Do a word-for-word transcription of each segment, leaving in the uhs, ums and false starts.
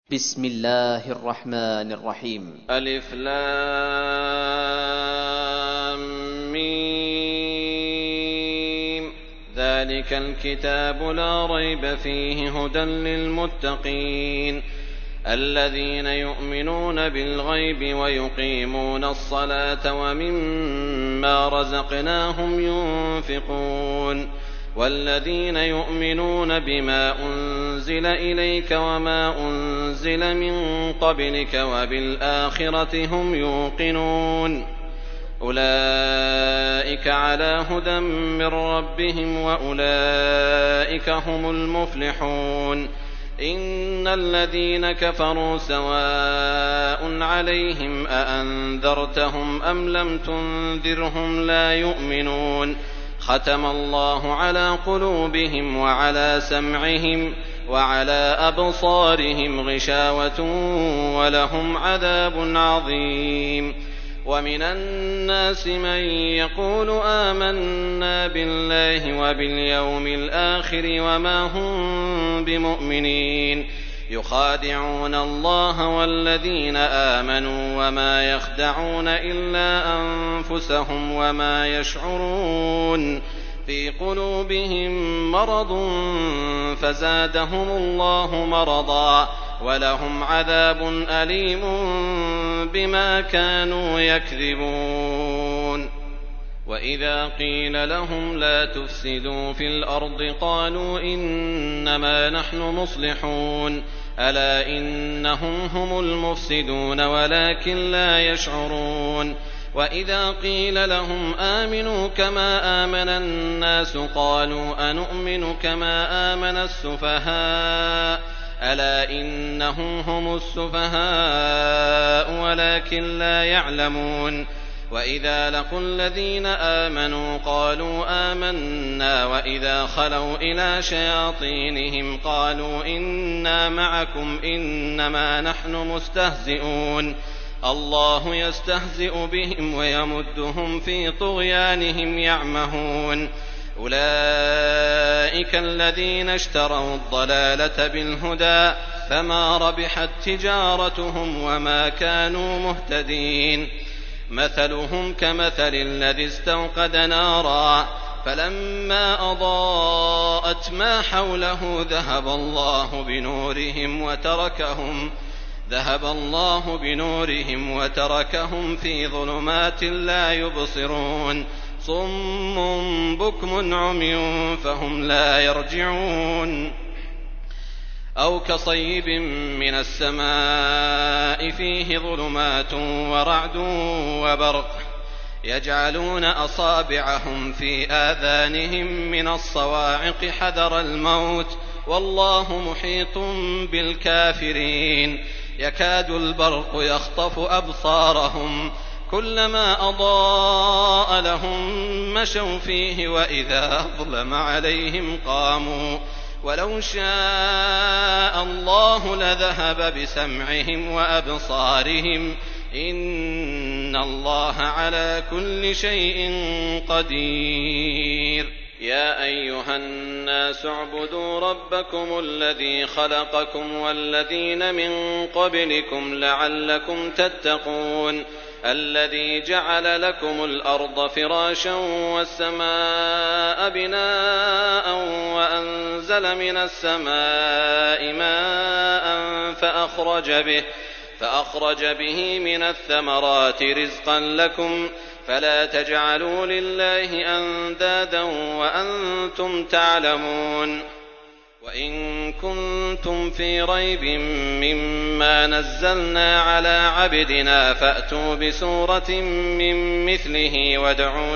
بسم الله الرحمن الرحيم. ألف لام ميم. ذلك الكتاب لا ريب فيه هدى للمتقين الذين يؤمنون بالغيب ويقيمون الصلاة ومما رزقناهم ينفقون والذين يؤمنون بما أنزل إليك وما أنزل من قبلك وبالآخرة هم يوقنون أولئك على هدى من ربهم وأولئك هم المفلحون. إن الذين كفروا سواء عليهم أأنذرتهم أم لم تنذرهم لا يؤمنون ختم الله على قلوبهم وعلى سمعهم وعلى أبصارهم غشاوة ولهم عذاب عظيم. ومن الناس من يقول آمنا بالله وباليوم الآخر وما هم بمؤمنين يخادعون الله والذين آمنوا وما يخدعون إلا أنفسهم وما يشعرون في قلوبهم مرض فزادهم الله مرضا ولهم عذاب أليم بما كانوا يكذبون. وإذا قيل لهم لا تفسدوا في الأرض قالوا إنما نحن مصلحون ألا إنهم هم المفسدون ولكن لا يشعرون. وإذا قيل لهم آمنوا كما آمن الناس قالوا أنؤمن كما آمن السفهاء ألا إنهم هم السفهاء ولكن لا يعلمون. وإذا لقوا الذين آمنوا قالوا آمنا وإذا خلوا إلى شياطينهم قالوا إنا معكم إنما نحن مستهزئون الله يستهزئ بهم ويمدهم في طغيانهم يعمهون. أولئك الذين اشتروا الضلالة بالهدى فما ربحت تجارتهم وما كانوا مهتدين. مثلهم كمثل الذي استوقد نارا فلما أضاءت ما حوله ذهب الله بنورهم وتركهم ذهب الله بنورهم وتركهم في ظلمات لا يبصرون صم بكم عمي فهم لا يرجعون. أو كصيب من السماء فيه ظلمات ورعد وبرق يجعلون أصابعهم في آذانهم من الصواعق حذر الموت والله محيط بالكافرين. يكاد البرق يخطف أبصارهم كلما أضاء لهم مشوا فيه وإذا أظلم عليهم قاموا ولو شاء الله لذهب بسمعهم وأبصارهم إن الله على كل شيء قدير. يا أيها الناس اعبدوا ربكم الذي خلقكم والذين من قبلكم لعلكم تتقون الذي جعل لكم الأرض فراشا والسماء بناء وأنزل من السماء ماء فأخرج به, فأخرج به من الثمرات رزقا لكم فلا تجعلوا لله أندادا وأنتم تعلمون. وإن كنتم في ريب مما نزلنا على عبدنا فأتوا بسورة من مثله وادعوا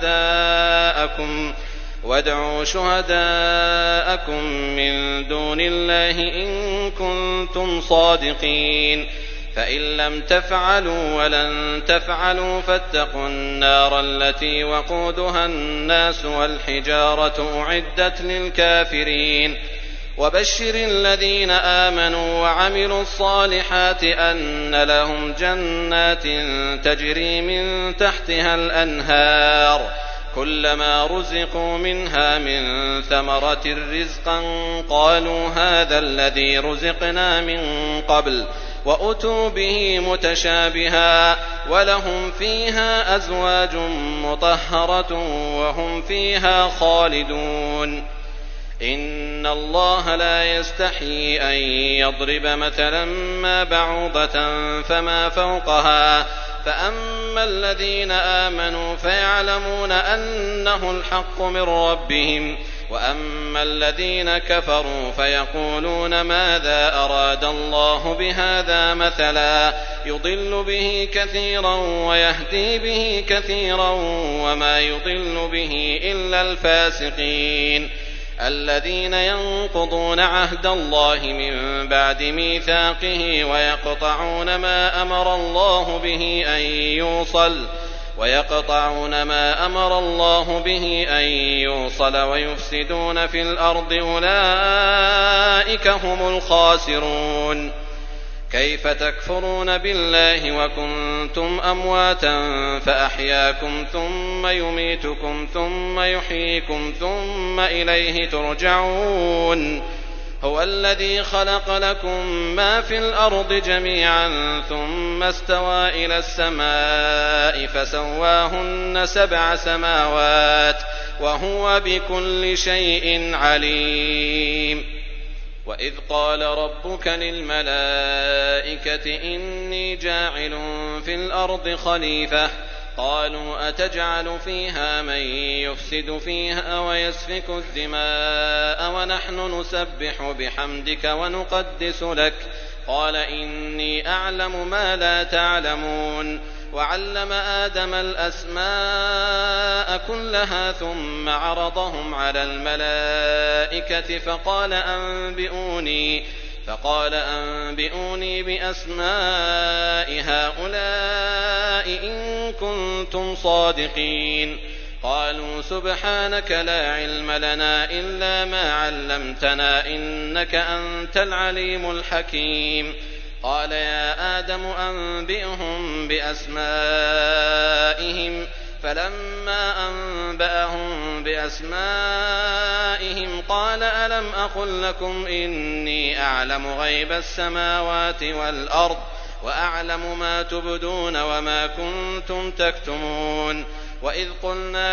شهداءكم وادعوا شهداءكم من دون الله إن كنتم صادقين فإن لم تفعلوا ولن تفعلوا فاتقوا النار التي وقودها الناس والحجارة أعدت للكافرين. وبشر الذين آمنوا وعملوا الصالحات أن لهم جنات تجري من تحتها الأنهار كلما رزقوا منها من ثمرة رزقا قالوا هذا الذي رزقنا من قبل وأتوا به متشابها ولهم فيها أزواج مطهرة وهم فيها خالدون. إن الله لا يستحيي أن يضرب مثلا ما بعوضة فما فوقها فأما الذين آمنوا فيعلمون أنه الحق من ربهم وأما الذين كفروا فيقولون ماذا أراد الله بهذا مثلا يضل به كثيرا ويهدي به كثيرا وما يضل به إلا الفاسقين الذين ينقضون عهد الله من بعد ميثاقه ويقطعون ما أمر الله به أن يوصل ويقطعون ما أمر الله به أن يوصل ويفسدون في الأرض أولئك هم الخاسرون. كيف تكفرون بالله وكنتم أمواتا فأحياكم ثم يميتكم ثم يحييكم ثم إليه ترجعون. هو الذي خلق لكم ما في الأرض جميعا ثم استوى إلى السماء فسواهن سبع سماوات وهو بكل شيء عليم. وإذ قال ربك للملائكة إني جاعل في الأرض خليفة قالوا أتجعل فيها من يفسد فيها ويسفك الدماء ونحن نسبح بحمدك ونقدس لك قال إني أعلم ما لا تعلمون. وعلم آدم الأسماء كلها ثم عرضهم على الملائكة فقال أنبئوني فقال أنبئوني بأسماء هؤلاء إن كنتم صادقين. قالوا سبحانك لا علم لنا إلا ما علمتنا إنك أنت العليم الحكيم. قال يا آدم أنبئهم بأسمائهم فلما أنبأهم بأسمائهم قال ألم أقل لكم إني أعلم غيب السماوات والأرض وأعلم ما تبدون وما كنتم تكتمون. وإذ قلنا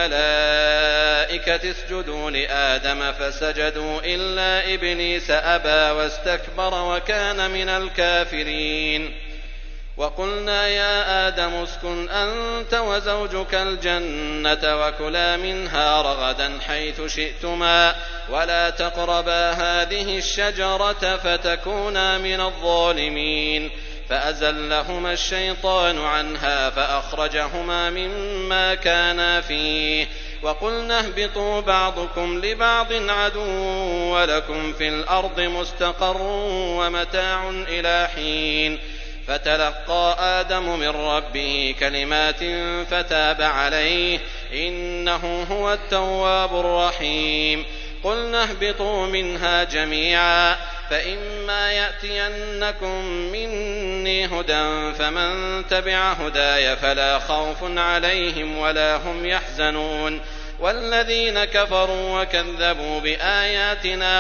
للملائكة اسجدوا لآدم فسجدوا إلا إبليس أبى واستكبر وكان من الكافرين. وقلنا يا آدم اسكن أنت وزوجك الجنة وكلا منها رغدا حيث شئتما ولا تقربا هذه الشجرة فتكونا من الظالمين. فأزلهما الشيطان عنها فأخرجهما مما كانا فيه وقلنا اهبطوا بعضكم لبعض عدو ولكم في الأرض مستقر ومتاع إلى حين. فتلقى آدم من ربه كلمات فتاب عليه إنه هو التواب الرحيم. قلنا اهبطوا منها جميعا فإما يأتينكم مني هدى فمن تبع هداي فلا خوف عليهم ولا هم يحزنون. والذين كفروا وكذبوا بآياتنا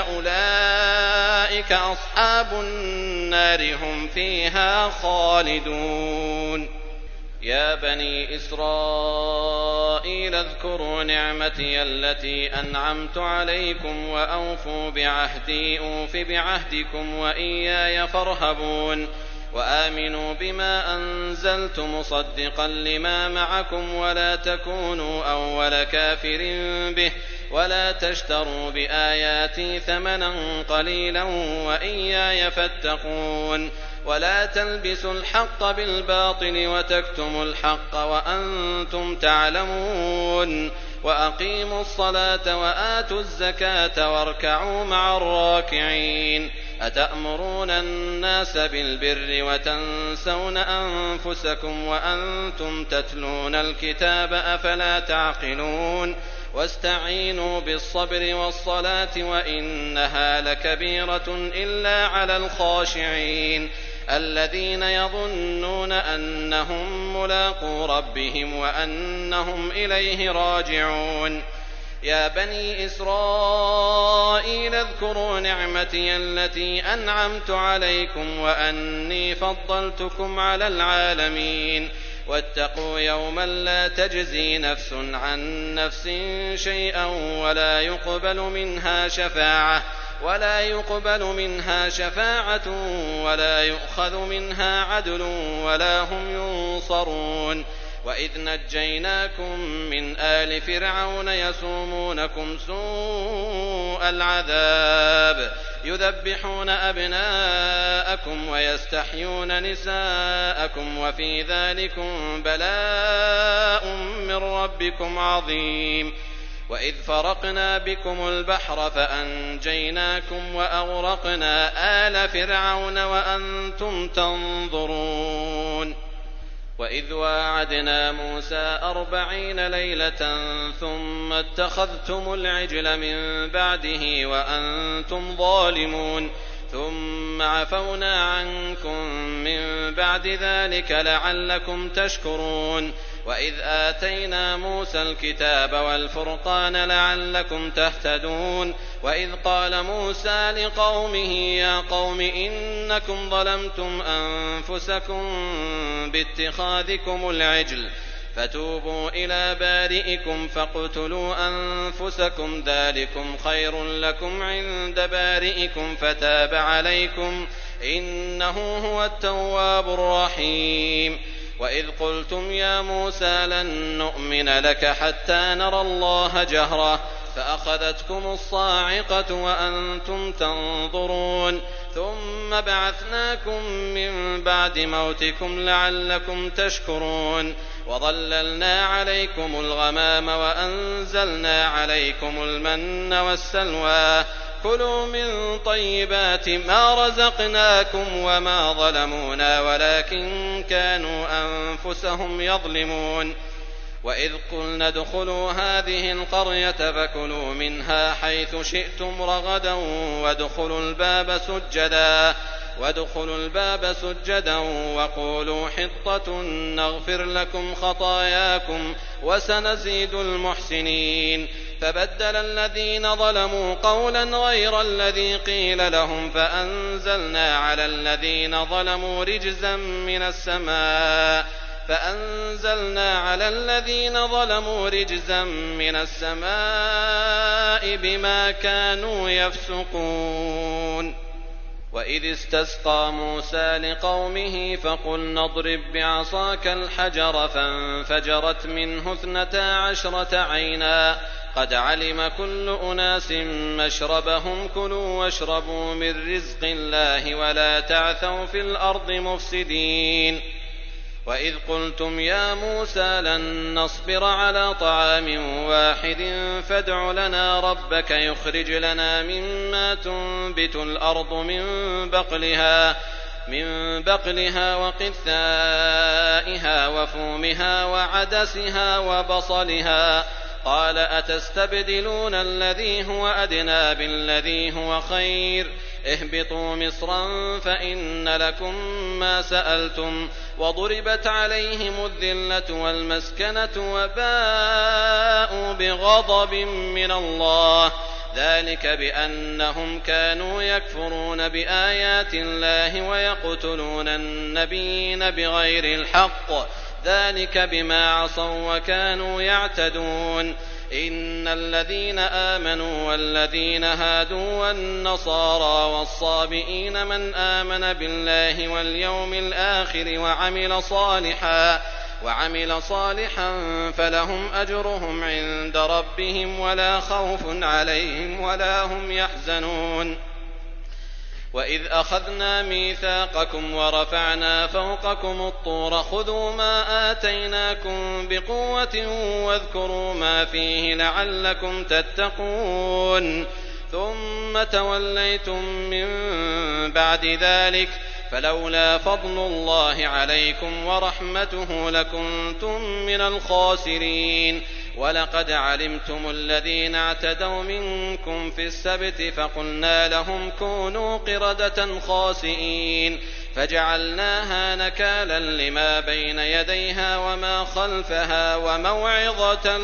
أولئك أصحاب النار هم فيها خالدون. يا بني إسرائيل اذكروا نعمتي التي أنعمت عليكم وأوفوا بعهدي أوف بعهدكم وإياي فارهبون. وآمنوا بما أنزلت مصدقا لما معكم ولا تكونوا أول كافر به ولا تشتروا بآياتي ثمنا قليلا وإياي فاتقون. ولا تلبسوا الحق بالباطل وتكتموا الحق وأنتم تعلمون. وأقيموا الصلاة وآتوا الزكاة واركعوا مع الراكعين. أتأمرون الناس بالبر وتنسون أنفسكم وأنتم تتلون الكتاب أفلا تعقلون. واستعينوا بالصبر والصلاة وإنها لكبيرة إلا على الخاشعين. الذين يظنون أنهم ملاقو ربهم وأنهم إليه راجعون يا بني إسرائيل اذكروا نعمتي التي أنعمت عليكم وأني فضلتكم على العالمين واتقوا يوما لا تجزي نفس عن نفس شيئا ولا يقبل منها شفاعة ولا يقبل منها شفاعة ولا يؤخذ منها عدل ولا هم ينصرون وإذ نجيناكم من آل فرعون يسومونكم سوء العذاب يذبحون أبناءكم ويستحيون نساءكم وفي ذلكم بلاء من ربكم عظيم وإذ فرقنا بكم البحر فأنجيناكم وأغرقنا آل فرعون وأنتم تنظرون وإذ واعدنا موسى أربعين ليلة ثم اتخذتم العجل من بعده وأنتم ظالمون ثم عفونا عنكم من بعد ذلك لعلكم تشكرون وإذ آتينا موسى الكتاب والفرقان لعلكم تهتدون وإذ قال موسى لقومه يا قوم إنكم ظلمتم أنفسكم باتخاذكم العجل فتوبوا إلى بارئكم فاقتلوا أنفسكم ذلكم خير لكم عند بارئكم فتاب عليكم إنه هو التواب الرحيم وإذ قلتم يا موسى لن نؤمن لك حتى نرى الله جهرة فأخذتكم الصاعقة وأنتم تنظرون ثم بعثناكم من بعد موتكم لعلكم تشكرون وظللنا عليكم الغمام وأنزلنا عليكم المن والسلوى كلوا من طيبات ما رزقناكم وما ظلمونا ولكن كانوا أنفسهم يظلمون وإذ قلنا ادخلوا هذه القرية فكلوا منها حيث شئتم رغدا وادخلوا الباب سجدا وادخلوا الباب سجدا وقولوا حطة نغفر لكم خطاياكم وسنزيد المحسنين فبدل الذين ظلموا قولا غير الذي قيل لهم فأنزلنا على الذين ظلموا رجزا من السماء فأنزلنا على الذين ظلموا رجزا من السماء بما كانوا يفسقون وإذ استسقى موسى لقومه فقلنا اضرب بعصاك الحجر فانفجرت منه اثنتا عشرة عينا قد علم كل أناس مشربهم كلوا واشربوا من رزق الله ولا تعثوا في الأرض مفسدين وإذ قلتم يا موسى لن نصبر على طعام واحد فادع لنا ربك يخرج لنا مما تنبت الأرض من بقلها من بقلها وقثائها وفومها وعدسها وبصلها قال أتستبدلون الذي هو أدنى بالذي هو خير اهبطوا مصرا فإن لكم ما سألتم وضربت عليهم الذلة والمسكنة وباءوا بغضب من الله ذلك بأنهم كانوا يكفرون بآيات الله ويقتلون النبيين بغير الحق ذلك بما عصوا وكانوا يعتدون إن الذين آمنوا والذين هادوا والنصارى والصابئين من آمن بالله واليوم الآخر وعمل صالحا وعمل صالحا فلهم أجرهم عند ربهم ولا خوف عليهم ولا هم يحزنون وإذ أخذنا ميثاقكم ورفعنا فوقكم الطور خذوا ما آتيناكم بقوة واذكروا ما فيه لعلكم تتقون ثم توليتم من بعد ذلك فلولا فضل الله عليكم ورحمته لكنتم من الخاسرين ولقد علمتم الذين اعتدوا منكم في السبت فقلنا لهم كونوا قردة خاسئين فجعلناها نكالا لما بين يديها وما خلفها وموعظة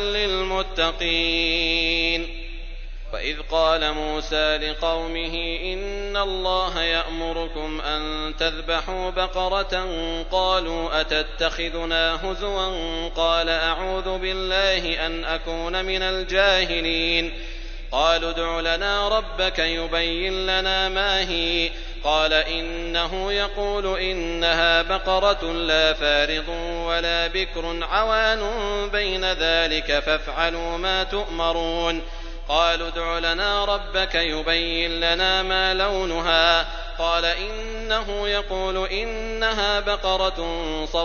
للمتقين. وإذ قال موسى لقومه إن الله يأمركم أن تذبحوا بقرة قالوا أتتخذنا هزوا قال أعوذ بالله أن أكون من الجاهلين. قالوا ادع لنا ربك يبين لنا ما هي قال إنه يقول إنها بقرة لا فارض ولا بكر عوان بين ذلك فافعلوا ما تؤمرون. قالوا ادع لنا ربك يبين لنا ما لونها قال إنه يقول إنها بقرة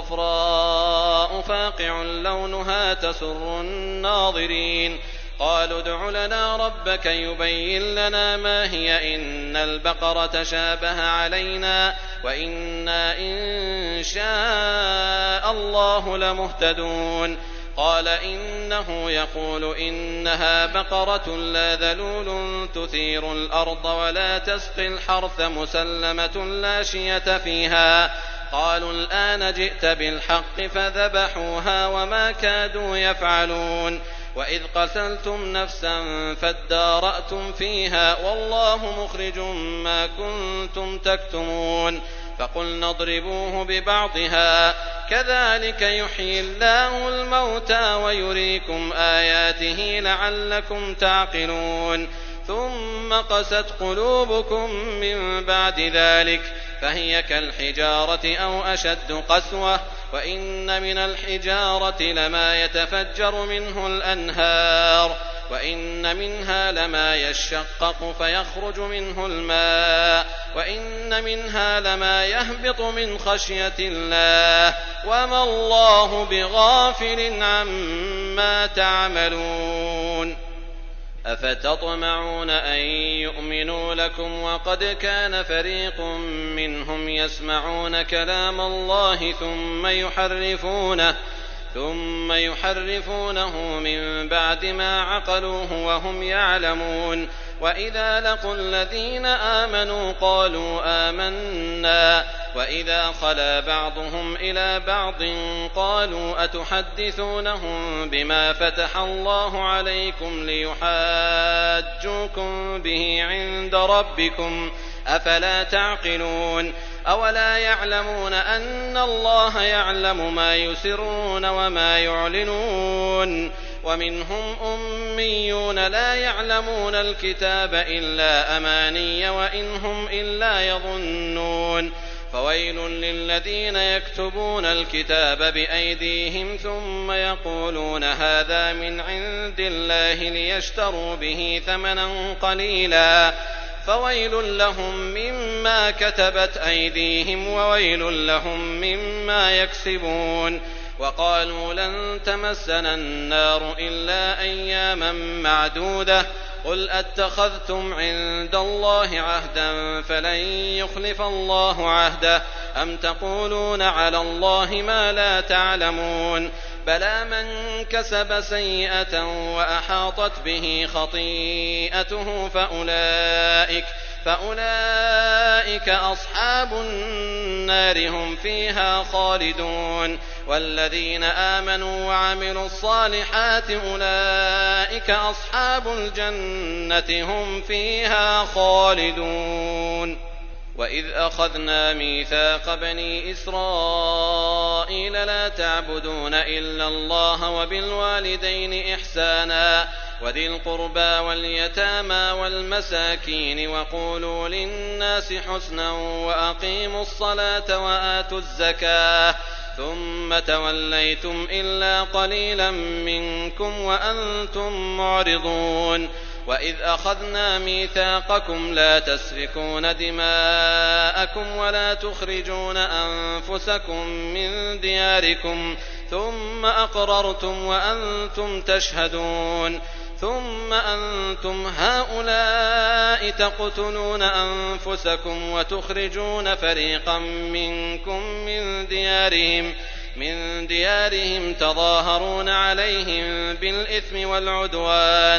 صفراء فاقع لونها تسر الناظرين. قالوا ادع لنا ربك يبين لنا ما هي إن البقرة شابه علينا وإنا إن شاء الله لمهتدون. قال إنه يقول إنها بقرة لا ذلول تثير الأرض ولا تسقي الحرث مسلمة لا شية فيها. قالوا الآن جئت بالحق فذبحوها وما كادوا يفعلون. وإذ قتلتم نفسا فادارأتم فيها والله مخرج ما كنتم تكتمون. فقلنا اضربوه ببعضها كذلك يحيي الله الموتى ويريكم آياته لعلكم تعقلون. ثم قست قلوبكم من بعد ذلك فهي كالحجارة أو أشد قسوة وإن من الحجارة لما يتفجر منه الأنهار وإن منها لما يشقق فيخرج منه الماء وإن منها لما يهبط من خشية الله وما الله بغافل عما تعملون. أفتطمعون أن يؤمنوا لكم وقد كان فريق منهم يسمعون كلام الله ثم يحرفونه ثم يحرفونه من بعد ما عقلوه وهم يعلمون. وإذا لقوا الذين آمنوا قالوا آمنا وإذا خلا بعضهم إلى بعض قالوا أتحدثونهم بما فتح الله عليكم ليحاجوكم به عند ربكم أفلا تعقلون. أولا يعلمون أن الله يعلم ما يسرون وما يعلنون. ومنهم أميون لا يعلمون الكتاب إلا أماني وإن هم إلا يظنون. فويل للذين يكتبون الكتاب بأيديهم ثم يقولون هذا من عند الله ليشتروا به ثمنا قليلا فويل لهم مما كتبت أيديهم وويل لهم مما يكسبون. وقالوا لن تمسنا النار إلا أياما معدودة قل أتخذتم عند الله عهدا فلن يخلف الله عهده أم تقولون على الله ما لا تعلمون. بلى من كسب سيئة وأحاطت به خطيئته فأولئك فأولئك أصحاب النار هم فيها خالدون. والذين آمنوا وعملوا الصالحات أولئك أصحاب الجنة هم فيها خالدون. وإذ أخذنا ميثاق بني إسرائيل لا تعبدون إلا الله وبالوالدين إحسانا وذي القربى واليتامى والمساكين وقولوا للناس حسنا وأقيموا الصلاة وآتوا الزكاة ثم توليتم إلا قليلا منكم وأنتم معرضون. وإذ أخذنا ميثاقكم لا تسفكون دماءكم ولا تخرجون أنفسكم من دياركم ثم أقررتم وأنتم تشهدون. ثم أنتم هؤلاء تقتلون أنفسكم وتخرجون فريقا منكم من ديارهم من ديارهم تظاهرون عليهم بالإثم والعدوان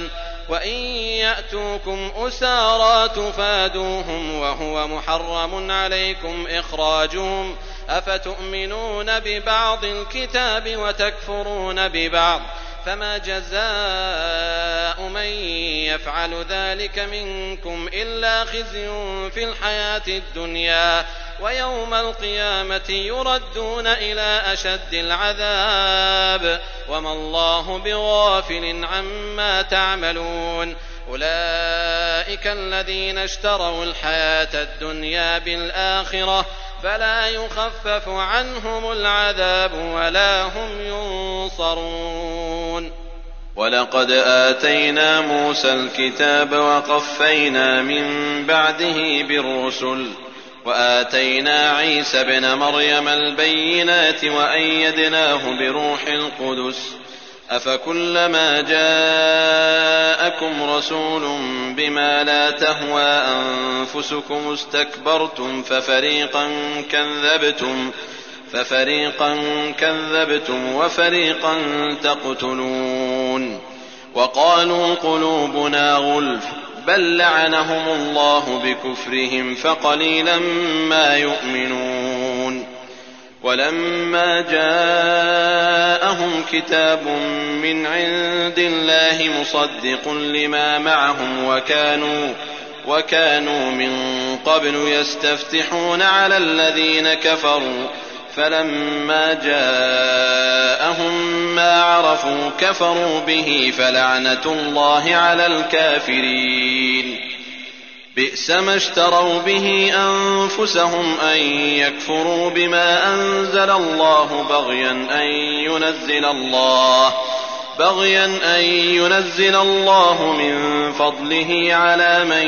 وإن يأتوكم أسارى تفادوهم وهو محرم عليكم إخراجهم أفتؤمنون ببعض الكتاب وتكفرون ببعض فما جزاء من يفعل ذلك منكم إلا خزي في الحياة الدنيا ويوم القيامة يردون إلى أشد العذاب وما الله بغافل عما تعملون أولئك الذين اشتروا الحياة الدنيا بالآخرة فلا يخفف عنهم العذاب ولا هم ينصرون. ولقد آتينا موسى الكتاب وقفينا من بعده بالرسل وآتينا عيسى ابن مريم البينات وأيدناه بروح القدس أفكلما جاءكم رسول بما لا تهوى أنفسكم استكبرتم ففريقا كذبتم ففريقا كذبتم وفريقا تقتلون وقالوا قلوبنا غلف بل لعنهم الله بكفرهم فقليلا ما يؤمنون ولما جاءهم كتاب من عند الله مصدق لما معهم وكانوا وكانوا من قبل يستفتحون على الذين كفروا فلما جاءهم ما عرفوا كفروا به فلعنة الله على الكافرين بئس ما اشتروا به أنفسهم أن يكفروا بما أنزل الله بغيا أن ينزل الله بغيا أن ينزل الله من فضله على من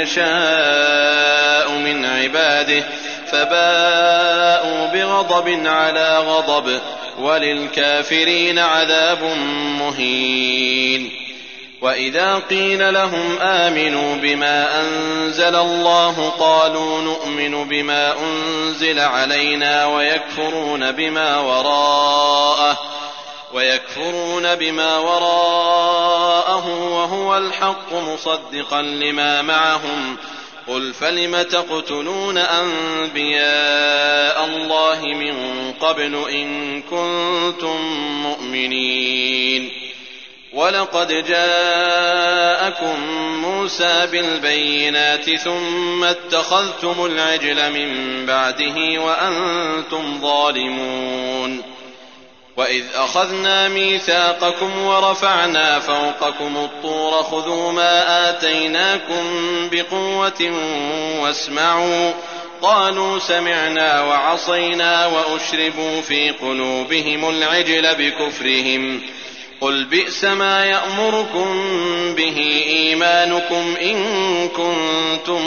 يشاء من عباده فباءوا بغضب على غضب وللكافرين عذاب مهين. وإذا قيل لهم آمنوا بما أنزل الله قالوا نؤمن بما أنزل علينا ويكفرون بما وراءه ويكفرون بما وراءه وهو الحق مصدقا لما معهم قل فلم تقتلون أنبياء الله من قبل إن كنتم مؤمنين ولقد جاءكم موسى بالبينات ثم اتخذتم العجل من بعده وأنتم ظالمون وإذ أخذنا ميثاقكم ورفعنا فوقكم الطور خذوا ما آتيناكم بقوة واسمعوا قالوا سمعنا وعصينا وأشربوا في قلوبهم العجل بكفرهم قل بئس ما يأمركم به إيمانكم إن كنتم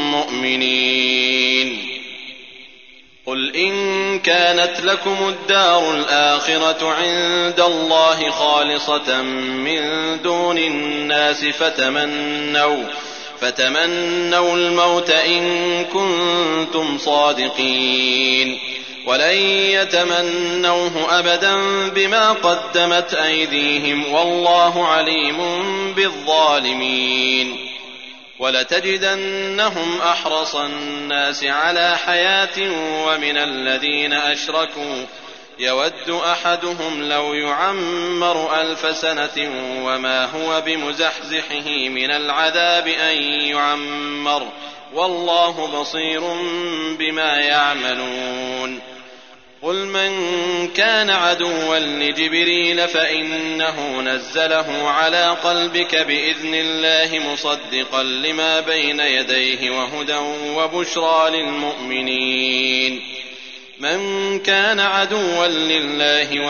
مؤمنين قل إن كانت لكم الدار الآخرة عند الله خالصة من دون الناس فتمنوا فتمنوا الموت إن كنتم صادقين ولن يتمنوه أبدا بما قدمت أيديهم والله عليم بالظالمين ولتجدنهم أحرص الناس على حياة ومن الذين أشركوا يود أحدهم لو يعمر ألف سنة وما هو بمزحزحه من العذاب أن يعمر والله بصير بما يعملون قل من كان عدوا لجبريل فإنه نزله على قلبك بإذن الله مصدقا لما بين يديه وهدى وبشرى للمؤمنين من كان عدوا لله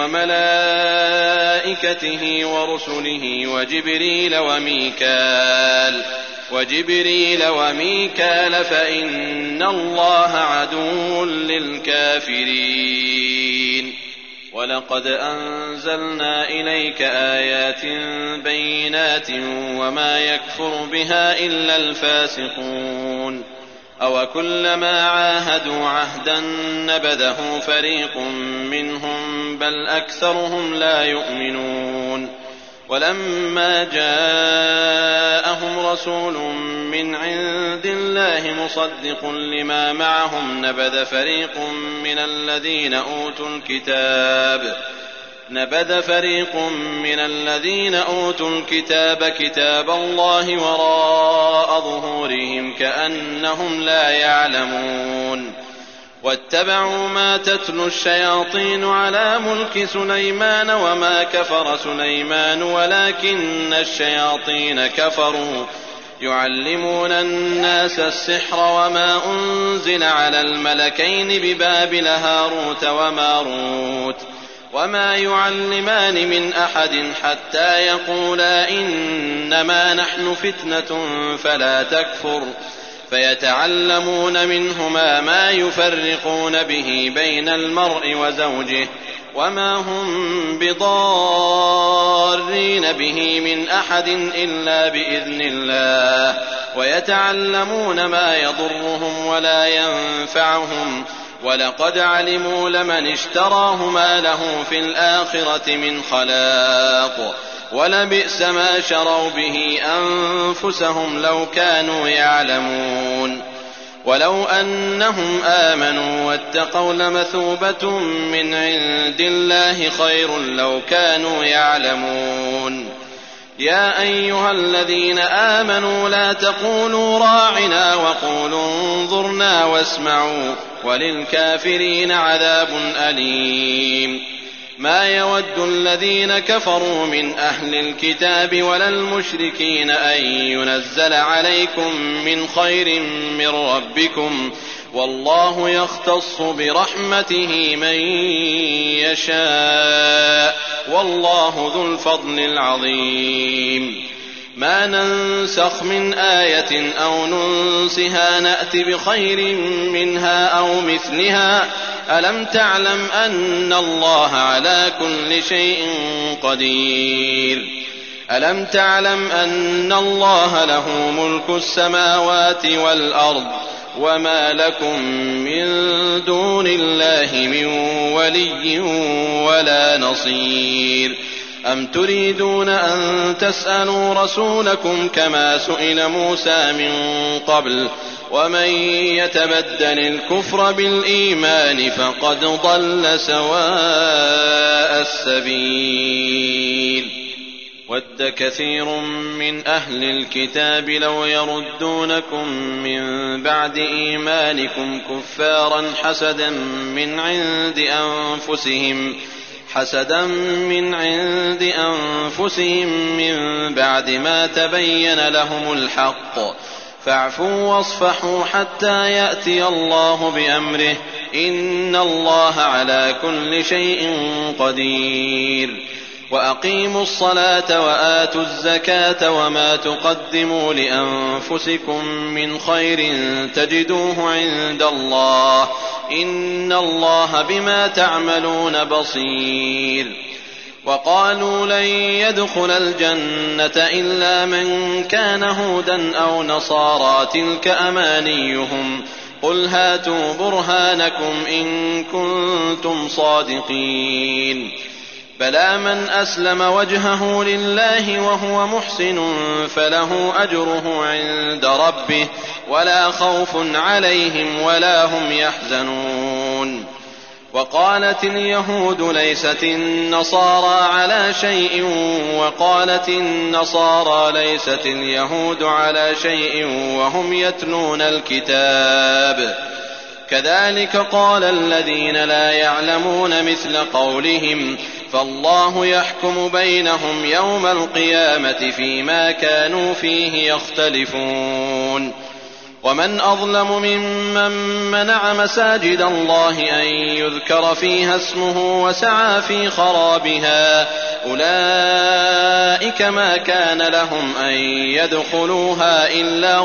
وملائكته ورسله وجبريل وميكال وجبريل وميكال فإن الله عدو للكافرين ولقد أنزلنا إليك آيات بينات وما يكفر بها إلا الفاسقون أو كلما عاهدوا عهدا نبذه فريق منهم بل أكثرهم لا يؤمنون ولما جاءهم رسول من عند الله مصدق لما معهم نبذ فريق من الذين أوتوا الكتاب نبذ فريق من الذين أوتوا الكتاب كتاب الله وراء ظهورهم كأنهم لا يعلمون واتبعوا ما تتلو الشياطين على ملك سليمان وما كفر سليمان ولكن الشياطين كفروا يعلمون الناس السحر وما أنزل على الملكين ببابل هاروت وماروت وما يعلمان من أحد حتى يقولا إنما نحن فتنة فلا تكفر فيتعلمون منهما ما يفرقون به بين المرء وزوجه وما هم بضارين به من أحد إلا بإذن الله ويتعلمون ما يضرهم ولا ينفعهم ولقد علموا لمن اشتراه ما له في الآخرة من خلاق ولبئس ما شروا به أنفسهم لو كانوا يعلمون ولو أنهم آمنوا واتقوا لمثوبة من عند الله خير لو كانوا يعلمون يا أيها الذين آمنوا لا تقولوا راعنا وقولوا انظرنا واسمعوا وللكافرين عذاب أليم ما يود الذين كفروا من أهل الكتاب ولا المشركين أن ينزل عليكم من خير من ربكم والله يختص برحمته من يشاء والله ذو الفضل العظيم ما ننسخ من آية أو ننسها نأت بخير منها أو مثلها ألم تعلم أن الله على كل شيء قدير ألم تعلم أن الله له ملك السماوات والأرض وما لكم من دون الله من ولي ولا نصير أم تريدون أن تسألوا رسولكم كما سئل موسى من قبل ومن يتبدل الكفر بالإيمان فقد ضل سواء السبيل ود كثير من أهل الكتاب لو يردونكم من بعد إيمانكم كفارا حسدا من عند أنفسهم حسدا من عند أنفسهم من بعد ما تبين لهم الحق فاعفوا واصفحوا حتى يأتي الله بأمره إن الله على كل شيء قدير وأقيموا الصلاة وآتوا الزكاة وما تقدموا لأنفسكم من خير تجدوه عند الله إن الله بما تعملون بصير وقالوا لن يدخل الجنة إلا من كان هودا أو نصارى تلك أمانيهم قل هاتوا برهانكم إن كنتم صادقين بلى من أسلم وجهه لله وهو محسن فله أجره عند ربه ولا خوف عليهم ولا هم يحزنون وقالت اليهود ليست النصارى على شيء وقالت النصارى ليست اليهود على شيء وهم يتلون الكتاب كذلك قال الذين لا يعلمون مثل قولهم فالله يحكم بينهم يوم القيامة فيما كانوا فيه يختلفون ومن أظلم ممن منع مساجد الله أن يذكر فيها اسمه وسعى في خرابها أولئك ما كان لهم أن يدخلوها إلا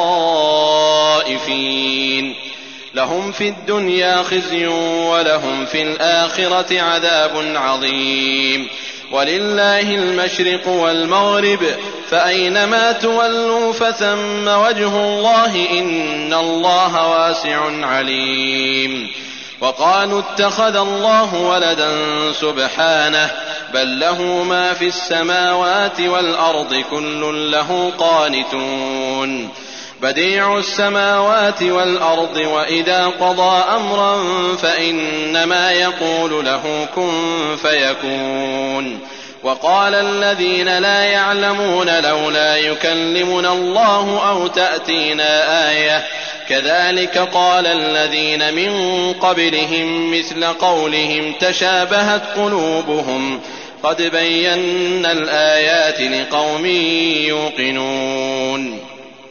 خائفين لهم في الدنيا خزي ولهم في الآخرة عذاب عظيم ولله المشرق والمغرب فأينما تولوا فثم وجه الله إن الله واسع عليم وقالوا اتخذ الله ولدا سبحانه بل له ما في السماوات والأرض كل له قانتون بديع السماوات والأرض وإذا قضى أمرا فإنما يقول له كن فيكون وقال الذين لا يعلمون لولا يكلمنا الله أو تأتينا آية كذلك قال الذين من قبلهم مثل قولهم تشابهت قلوبهم قد بينا الآيات لقوم يوقنون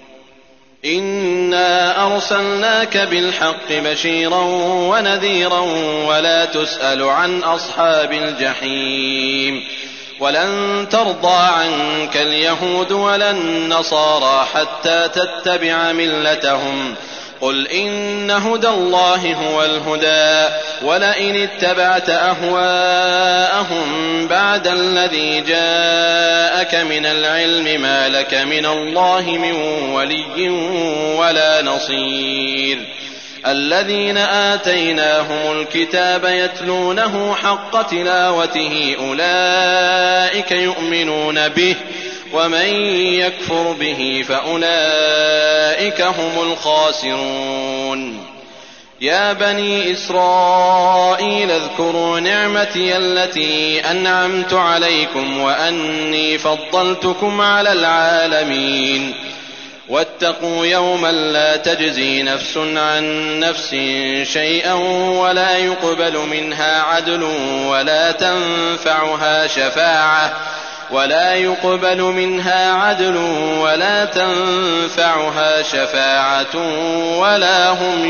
إنا أرسلناك بالحق بشيرا ونذيرا ولا تسأل عن أصحاب الجحيم ولن ترضى عنك اليهود ولا النصارى حتى تتبع ملتهم قل إن هدى الله هو الهدى ولئن اتبعت أهواءهم بعد الذي جاءك من العلم ما لك من الله من ولي ولا نصير الذين آتيناهم الكتاب يتلونه حق تلاوته أولئك يؤمنون به ومن يكفر به فأولئك هم الخاسرون يا بني إسرائيل اذكروا نعمتي التي أنعمت عليكم وأني فضلتكم على العالمين واتقوا يوما لا تجزي نفس عن نفس شيئا ولا يقبل منها عدل ولا تنفعها شفاعة ولا يقبل منها عدل ولا تنفعها شفاعة ولا هم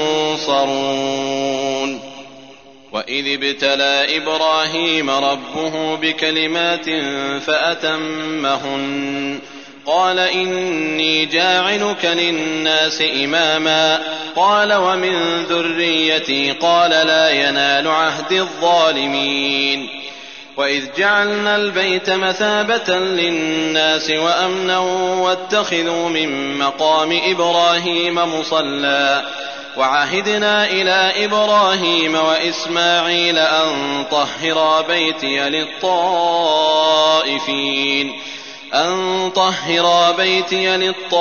ينصرون وإذ ابتلى إبراهيم ربه بكلمات فأتمهن قال إني جاعلك للناس إماما قال ومن ذريتي قال لا ينال عهد الظالمين وإذ جعلنا البيت مثابة للناس وأمنا واتخذوا من مقام إبراهيم مصلى وعهدنا إلى إبراهيم وإسماعيل أن طهرا بيتي للطائفين أن طهرا بيتي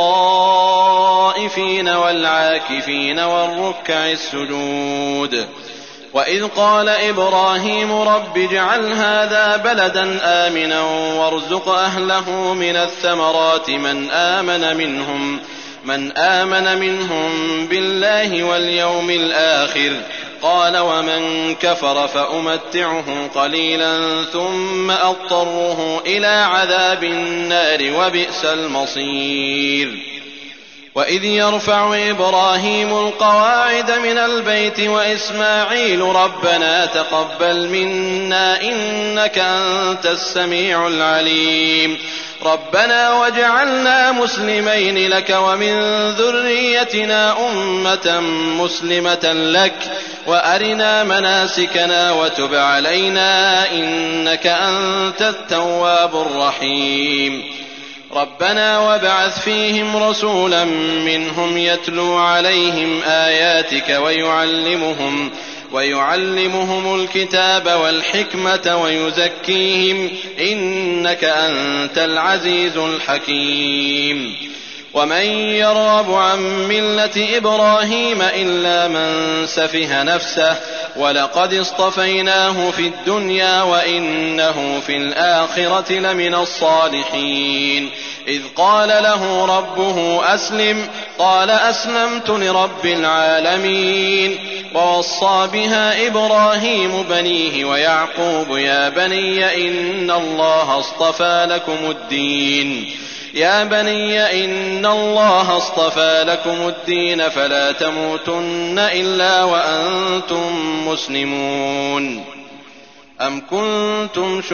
للطائفين والعاكفين والركع السجود وإذ قال إبراهيم رب اجعل هذا بلدا آمنا وارزق أهله من الثمرات من آمن منهم من آمن منهم بالله واليوم الآخر قال ومن كفر فأمتعه قليلا ثم أضطره إلى عذاب النار وبئس المصير وإذ يرفع إبراهيم القواعد من البيت وإسماعيل ربنا تقبل منا إنك أنت السميع العليم ربنا واجعلنا مسلمين لك ومن ذريتنا أمة مسلمة لك وأرنا مناسكنا وتب علينا إنك أنت التواب الرحيم ربنا وابعث فيهم رسولا منهم يتلو عليهم آياتك ويعلمهم ويعلمهم الكتاب والحكمة ويزكيهم إنك أنت العزيز الحكيم ومن يرغب عن ملة إبراهيم إلا من سفه نفسه ولقد اصطفيناه في الدنيا وإنه في الآخرة لمن الصالحين إذ قال له ربه أسلم قال أسلمت لرب العالمين ووصى بها إبراهيم بنيه ويعقوب يا بني إن الله اصطفى لكم الدين يا بني إن الله اصطفى لكم الدين فلا تموتن إلا وأنتم مسلمون أم كنتم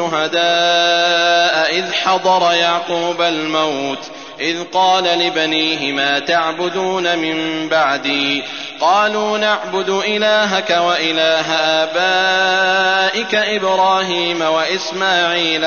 شهداء إذ حضر يعقوب الموت إذ قال لبنيه ما تعبدون من بعدي قالوا نعبد إلهك وإله آبائك إبراهيم وإسماعيل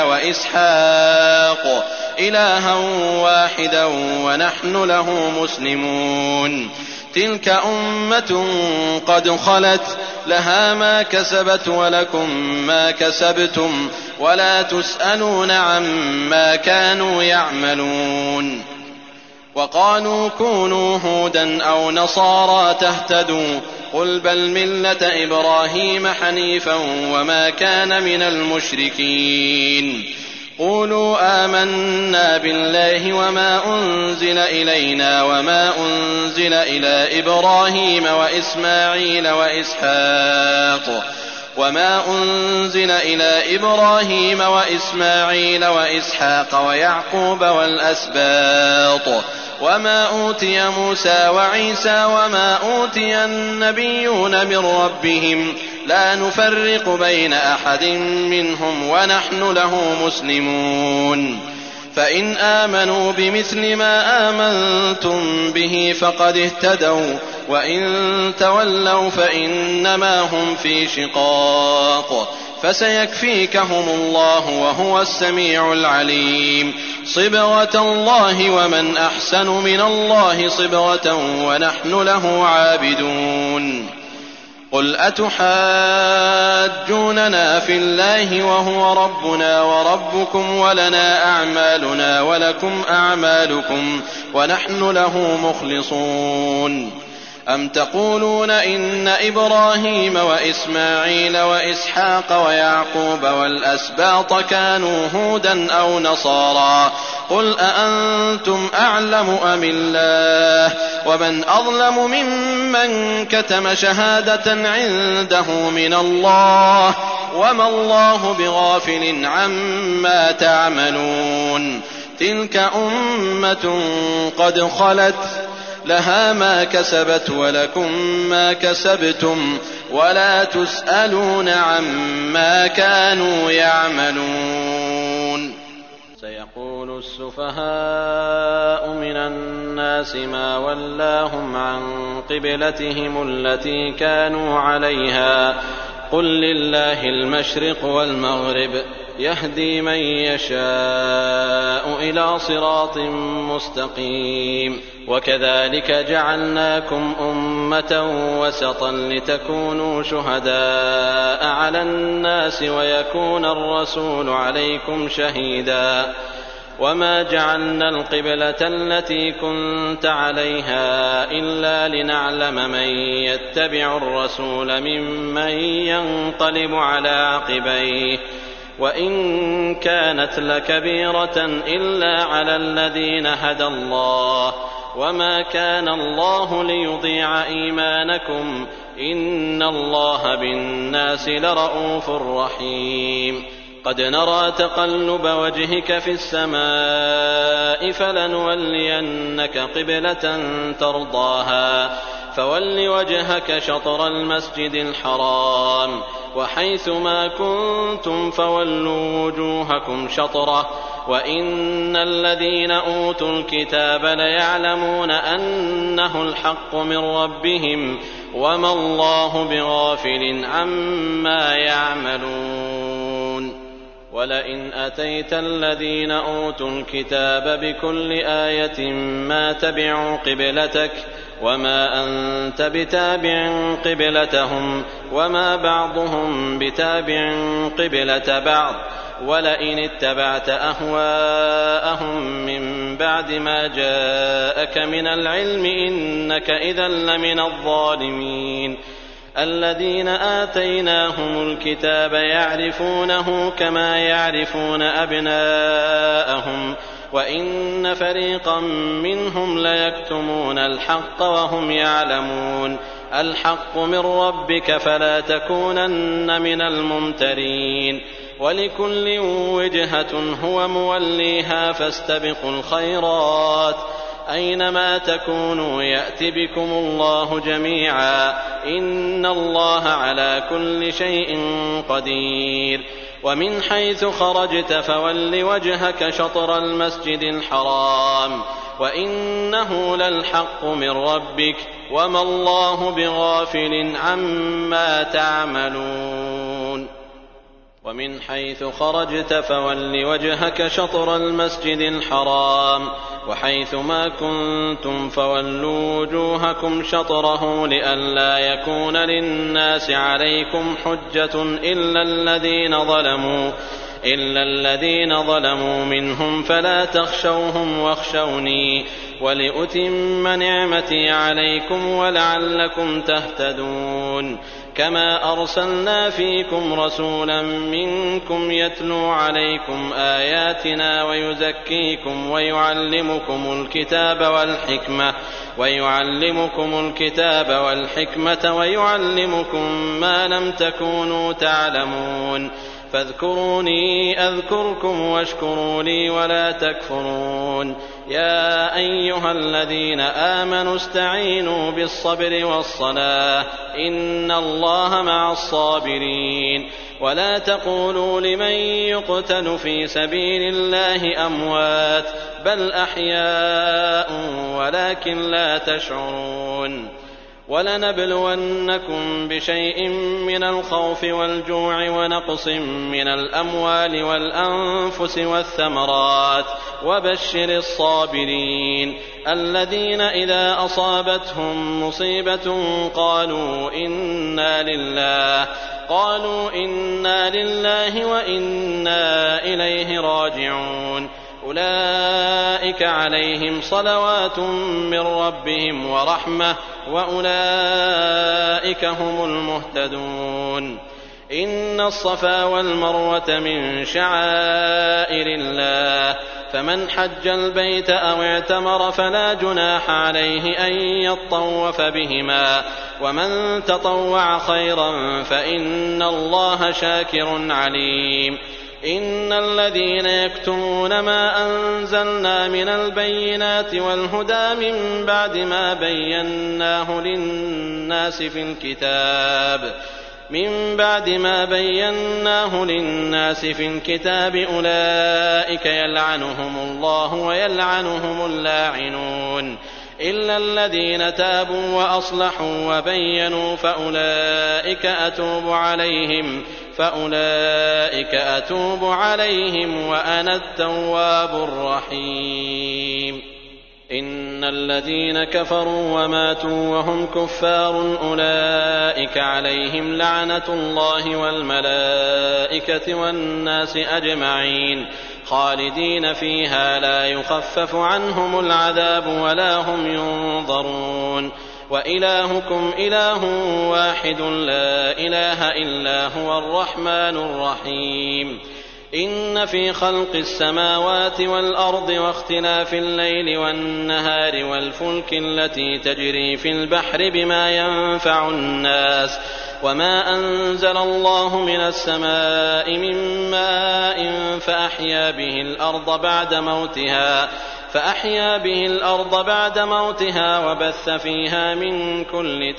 وإسحاق إلها واحدا ونحن له مسلمون تلك أمة قد خلت لها ما كسبت ولكم ما كسبتم ولا تسألون عما كانوا يعملون. وقالوا كونوا هودا أو نصارى تهتدوا قل بل ملة إبراهيم حنيفا وما كان من المشركين. قولوا آمنا بالله وما أنزل إلينا وما أنزل إلى إبراهيم وإسماعيل وإسحاق وما أنزل إلى إبراهيم وإسماعيل وإسحاق ويعقوب والأسباط وما أوتي موسى وعيسى وما أوتي النبيون من ربهم لا نفرق بين أحد منهم ونحن له مسلمون. فإن آمنوا بمثل ما آمنتم به فقد اهتدوا وإن تولوا فإنما هم في شقاق فسيكفيكهم الله وهو السميع العليم. صبغة الله ومن أحسن من الله صبغة ونحن له عابدون. قل أتحاجوننا في الله وهو ربنا وربكم ولنا أعمالنا ولكم أعمالكم ونحن له مخلصون. أم تقولون إن إبراهيم وإسماعيل وإسحاق ويعقوب والأسباط كانوا هودا أو نصارى قل أأنتم أعلم أم الله ومن أظلم ممن كتم شهادة عنده من الله وما الله بغافل عما تعملون. تلك أمة قد خلت لها ما كسبت ولكم ما كسبتم ولا تسألون عما كانوا يعملون. سيقول السفهاء من الناس ما ولاهم عن قبلتهم التي كانوا عليها قل لله المشرق والمغرب يهدي من يشاء إلى صراط مستقيم. وكذلك جعلناكم أمة وسطا لتكونوا شهداء على الناس ويكون الرسول عليكم شهيدا. وما جعلنا القبلة التي كنت عليها إلا لنعلم من يتبع الرسول ممن ينقلب على عقبيه وإن كانت لكبيرة إلا على الذين هدى الله وما كان الله ليضيع إيمانكم إن الله بالناس لرءوف رحيم. قد نرى تقلب وجهك في السماء فلنولينك قبلة ترضاها فول وجهك شطر المسجد الحرام وحيث ما كنتم فولوا وجوهكم شطره وإن الذين أوتوا الكتاب ليعلمون أنه الحق من ربهم وما الله بغافل عما يعملون. ولئن أتيت الذين أوتوا الكتاب بكل آية ما تبعوا قبلتك وما أنت بتابع قبلتهم وما بعضهم بتابع قبلة بعض ولئن اتبعت أهواءهم من بعد ما جاءك من العلم إنك إذا لمن الظالمين. الذين آتيناهم الكتاب يعرفونه كما يعرفون أبناءهم وإن فريقا منهم ليكتمون الحق وهم يعلمون. الحق من ربك فلا تكونن من الممترين. ولكل وجهة هو موليها فاستبقوا الخيرات أينما تكونوا يأت بكم الله جميعا إن الله على كل شيء قدير. ومن حيث خرجت فول وجهك شطر المسجد الحرام وإنه للحق من ربك وما الله بغافل عما تعملون. ومن حيث خرجت فول وجهك شطر المسجد الحرام وحيث ما كنتم فولوا وجوهكم شطره لئلا يكون للناس عليكم حجة إلا الذين ظلموا إلا الذين ظلموا منهم فلا تخشوهم واخشوني ولأتم نعمتي عليكم ولعلكم تهتدون كما أرسلنا فيكم رسولا منكم يتلو عليكم آياتنا ويزكيكم ويعلمكم الكتاب والحكمة ويعلمكم الكتاب والحكمة ويعلمكم ما لم تكونوا تعلمون فاذكروني أذكركم واشكروا لي ولا تكفرون يا أيها الذين آمنوا استعينوا بالصبر والصلاة إن الله مع الصابرين ولا تقولوا لمن يقتل في سبيل الله أموات بل أحياء ولكن لا تشعرون ولنبلونكم بشيء من الخوف والجوع ونقص من الأموال والأنفس والثمرات وبشر الصابرين الذين إذا أصابتهم مصيبة قالوا إنا لله قالوا إنا لله وإنا إليه راجعون أولئك عليهم صلوات من ربهم ورحمة وأولئك هم المهتدون إن الصفا والمروة من شعائر الله فمن حج البيت أو اعتمر فلا جناح عليه أن يطوف بهما ومن تطوع خيرا فإن الله شاكر عليم إن الذين يكتمون ما أنزلنا من البينات والهدى من بعد ما بيناه للناس في الكتاب من بعد ما بيناه للناس في الكتاب أولئك يلعنهم الله ويلعنهم اللاعنون إلا الذين تابوا وأصلحوا وبينوا فأولئك أتوب عليهم فأولئك أتوب عليهم وأنا التواب الرحيم إن الذين كفروا وماتوا وهم كفار أولئك عليهم لعنة الله والملائكة والناس أجمعين خالدين فيها لا يخفف عنهم العذاب ولا هم ينظرون وإلهكم إله واحد لا إله إلا هو الرحمن الرحيم إن في خلق السماوات والأرض واختلاف الليل والنهار والفلك التي تجري في البحر بما ينفع الناس وما أنزل الله من السماء من ماء فأحيا به الأرض بعد موتها فأحيا به الأرض بعد موتها وبث فيها من كل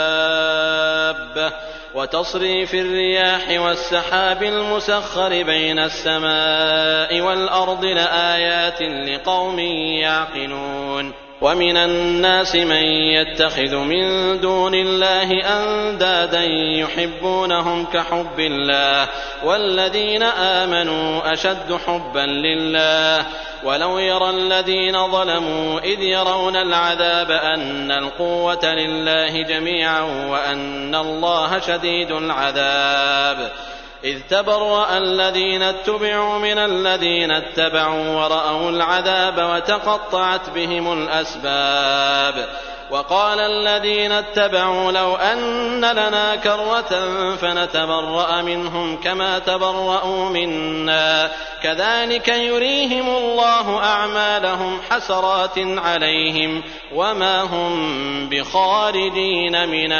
دابة وتصريف الرياح والسحاب المسخر بين السماء والأرض لآيات لقوم يعقلون ومن الناس من يتخذ من دون الله أندادا يحبونهم كحب الله والذين آمنوا أشد حبا لله ولو يرى الذين ظلموا إذ يرون العذاب أن القوة لله جميعا وأن الله شديد العذاب إذ تبرأ الذين اتبعوا من الذين اتبعوا ورأوا العذاب وتقطعت بهم الأسباب وقال الذين اتبعوا لو أن لنا كرة فنتبرأ منهم كما تبرأوا منا كذلك يريهم الله أعمالهم حسرات عليهم وما هم بخارجين من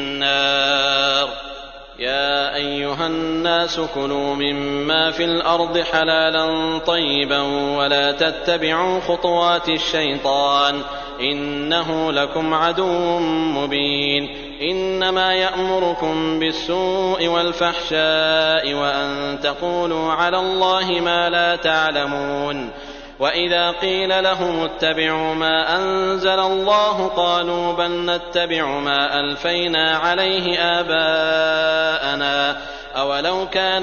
النار يا أيها الناس كلوا مما في الأرض حلالا طيبا ولا تتبعوا خطوات الشيطان إنه لكم عدو مبين إنما يأمركم بالسوء والفحشاء وأن تقولوا على الله ما لا تعلمون وإذا قيل لهم اتبعوا ما أنزل الله قالوا بل نتبع ما ألفينا عليه آباءنا أولو كان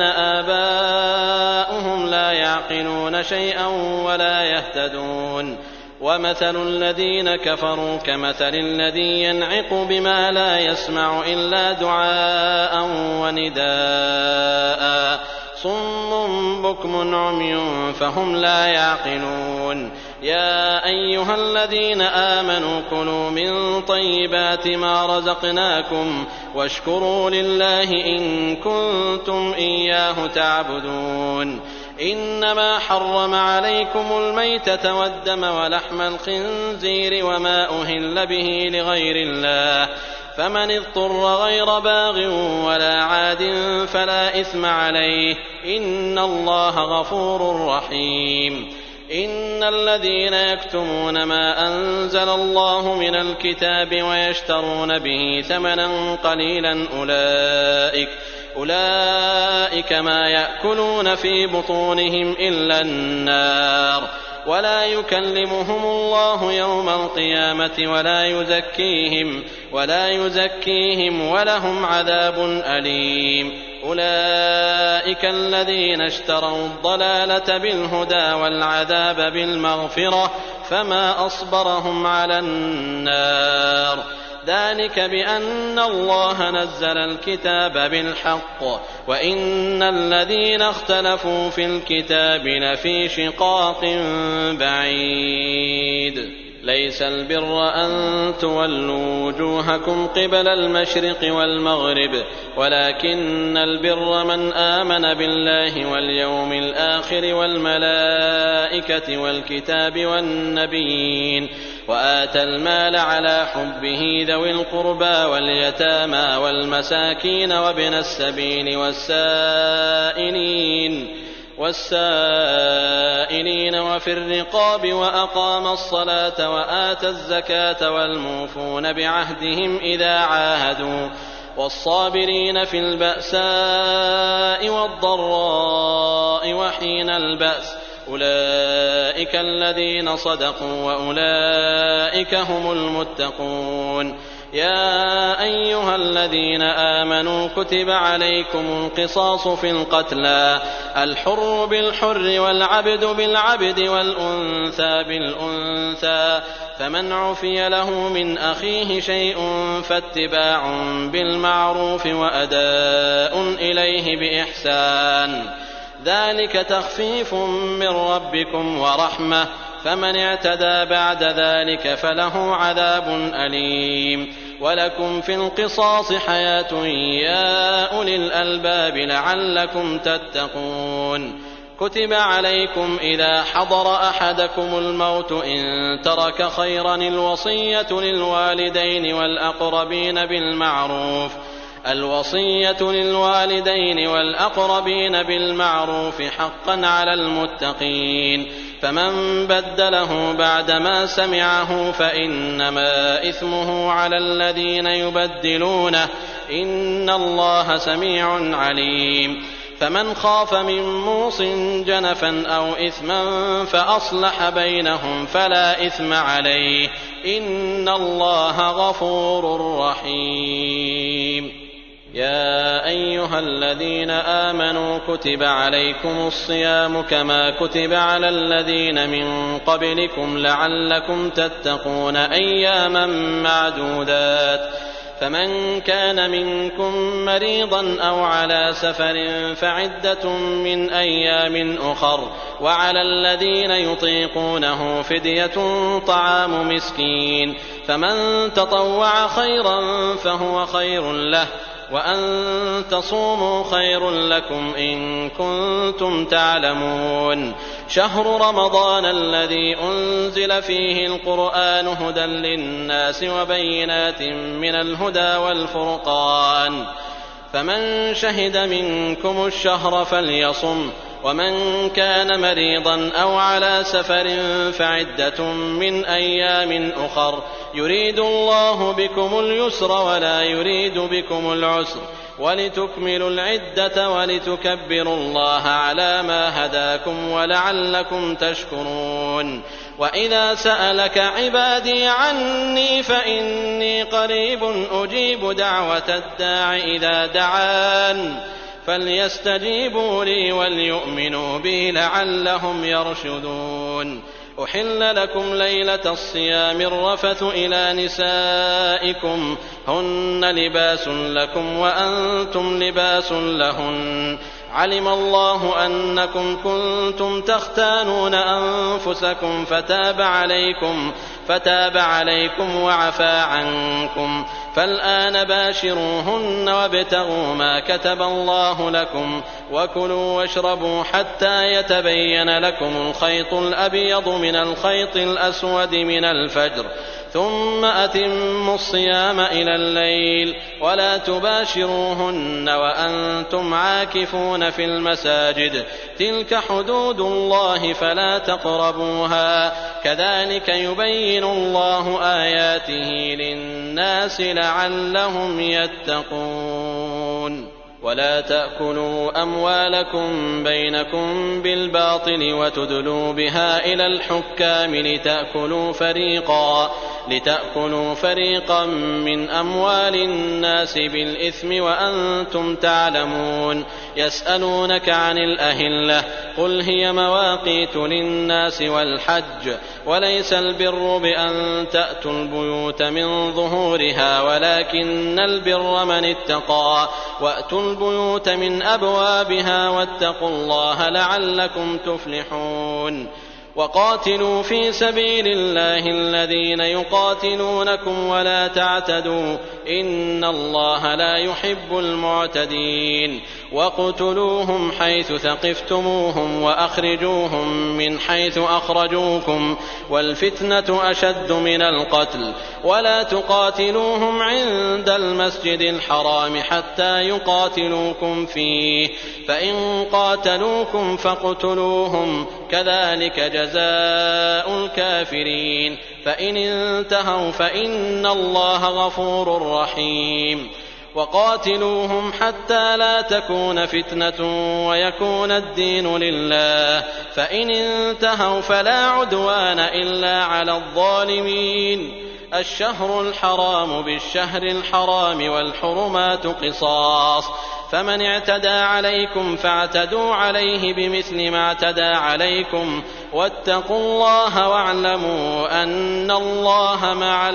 آباؤهم لا يعقلون شيئا ولا يهتدون ومثل الذين كفروا كمثل الذي ينعق بما لا يسمع إلا دعاء ونداء صم بكم عمي فهم لا يعقلون يا أيها الذين آمنوا كلوا من طيبات ما رزقناكم واشكروا لله إن كنتم إياه تعبدون إنما حرم عليكم الميتة والدم ولحم الخنزير وما أهل به لغير الله فمن اضطر غير باغ ولا عاد فلا إثم عليه إن الله غفور رحيم إن الذين يكتمون ما أنزل الله من الكتاب ويشترون به ثمنا قليلا أولئك أولئك ما يأكلون في بطونهم إلا النار ولا يكلمهم الله يوم القيامة ولا يزكيهم ولا يزكيهم ولهم عذاب أليم أولئك الذين اشتروا الضلالة بالهدى والعذاب بالمغفرة فما أصبرهم على النار ذلك بأن الله نزل الكتاب بالحق وإن الذين اختلفوا في الكتاب لفي شقاق بعيد ليس البر أن تولوا وجوهكم قبل المشرق والمغرب ولكن البر من آمن بالله واليوم الآخر والملائكة والكتاب والنبيين وآتى المال على حبه ذوي القربى واليتامى والمساكين وابن السبيل والسائلين والسائلين وفي الرقاب وأقام الصلاة وآتى الزكاة والموفون بعهدهم إذا عاهدوا والصابرين في البأساء والضراء وحين البأس أولئك الذين صدقوا وأولئك هم المتقون يا أيها الذين آمنوا كتب عليكم القصاص في القتلى الحر بالحر والعبد بالعبد والأنثى بالأنثى فمن عفي له من أخيه شيء فاتباع بالمعروف وأداء إليه بإحسان ذلك تخفيف من ربكم ورحمة فمن اعتدى بعد ذلك فله عذاب أليم ولكم في القصاص حياة يا أولي الألباب لعلكم تتقون كتب عليكم إذا حضر أحدكم الموت إن ترك خيرا الوصية للوالدين والأقربين بالمعروف الوصية للوالدين والأقربين بالمعروف حقا على المتقين فمن بدله بعدما سمعه فإنما إثمه على الذين يبدلونه إن الله سميع عليم فمن خاف من موص جنفا أو إثما فأصلح بينهم فلا إثم عليه إن الله غفور رحيم يا أيها الذين آمنوا كتب عليكم الصيام كما كتب على الذين من قبلكم لعلكم تتقون أياما معدودات فمن كان منكم مريضا أو على سفر فعدة من أيام أخر وعلى الذين يطيقونه فدية طعام مسكين فمن تطوع خيرا فهو خير له وأن تصوموا خير لكم إن كنتم تعلمون شهر رمضان الذي أنزل فيه القرآن هدى للناس وبينات من الهدى والفرقان فمن شهد منكم الشهر فليصم ومن كان مريضا أو على سفر فعدة من أيام أخر يريد الله بكم اليسر ولا يريد بكم العسر ولتكملوا العدة ولتكبروا الله على ما هداكم ولعلكم تشكرون وإذا سألك عبادي عني فإني قريب أجيب دعوة الداع إذا دعان فليستجيبوا لي وليؤمنوا بي لعلهم يرشدون أحل لكم ليلة الصيام الرفث إلى نسائكم هن لباس لكم وأنتم لباس لهن علم الله أنكم كنتم تختانون أنفسكم فتاب عليكم فتاب عليكم وعفى عنكم فالآن باشروهن وابتغوا ما كتب الله لكم وكلوا واشربوا حتى يتبين لكم الخيط الأبيض من الخيط الأسود من الفجر ثم أتموا الصيام إلى الليل ولا تباشروهن وأنتم عاكفون في المساجد تلك حدود الله فلا تقربوها كذلك يبين الله آياته للناس لعلهم يتقون ولا تأكلوا أموالكم بينكم بالباطل وتدلوا بها إلى الحكام لتأكلوا فريقا لتأكلوا فريقا من أموال الناس بالإثم وأنتم تعلمون يسألونك عن الأهلة قل هي مواقيت للناس والحج وليس البر بأن تأتوا البيوت من ظهورها ولكن البر من اتقى وأتوا البيوت من أبوابها واتقوا الله لعلكم تفلحون وقاتلوا في سبيل الله الذين يقاتلونكم ولا تعتدوا إن الله لا يحب المعتدين وقتلوهم حيث ثقفتموهم وأخرجوهم من حيث أخرجوكم والفتنة أشد من القتل ولا تقاتلوهم عند المسجد الحرام حتى يقاتلوكم فيه فإن قاتلوكم فاقتلوهم كذلك جزاء الكافرين فإن انتهوا فإن الله غفور رحيم وقاتلوهم حتى لا تكون فتنة ويكون الدين لله فإن انتهوا فلا عدوان إلا على الظالمين الشهر الحرام بالشهر الحرام والحرمات قصاص فمن اعتدى عليكم فاعتدوا عليه بمثل ما اعتدى عليكم واتقوا الله واعلموا أن الله مع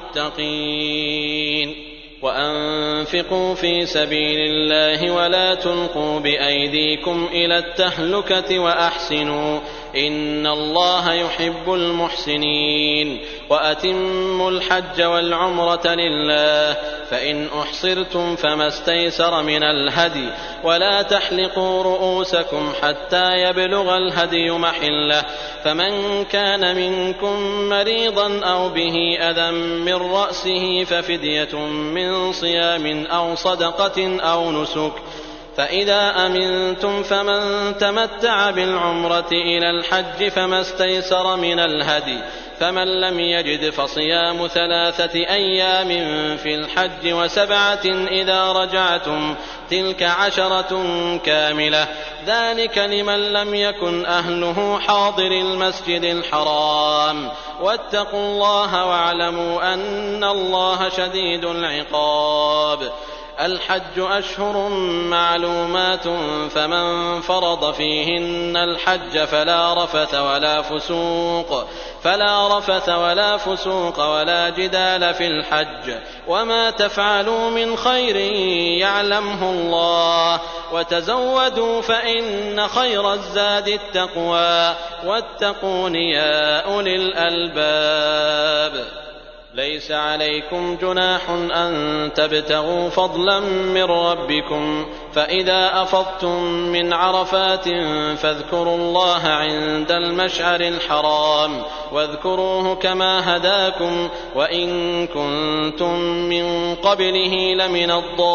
المتقين وأنفقوا في سبيل الله ولا تلقوا بأيديكم إلى التهلكة وأحسنوا إن الله يحب المحسنين وأتموا الحج والعمرة لله فإن أحصرتم فما استيسر من الهدي ولا تحلقوا رؤوسكم حتى يبلغ الهدي محله فمن كان منكم مريضا أو به أذى من رأسه ففدية من صيام أو صدقة أو نسك فإذا أمنتم فمن تمتع بالعمرة إلى الحج فما استيسر من الهدي فمن لم يجد فصيام ثلاثة أيام في الحج وسبعة إذا رجعتم تلك عشرة كاملة ذلك لمن لم يكن أهله حاضر المسجد الحرام واتقوا الله واعلموا أن الله شديد العقاب الحج أشهر معلومات فمن فرض فيهن الحج فلا رفث ولا فسوق فلا رفث ولا فسوق ولا جدال في الحج وما تفعلوا من خير يعلمه الله وتزودوا فإن خير الزاد التقوى واتقون يا أولي الألباب ليس عليكم جناح أن تبتغوا فضلا من ربكم فإذا أفضتم من عرفات فاذكروا الله عند المشعر الحرام واذكروه كما هداكم وإن كنتم من قبله لمن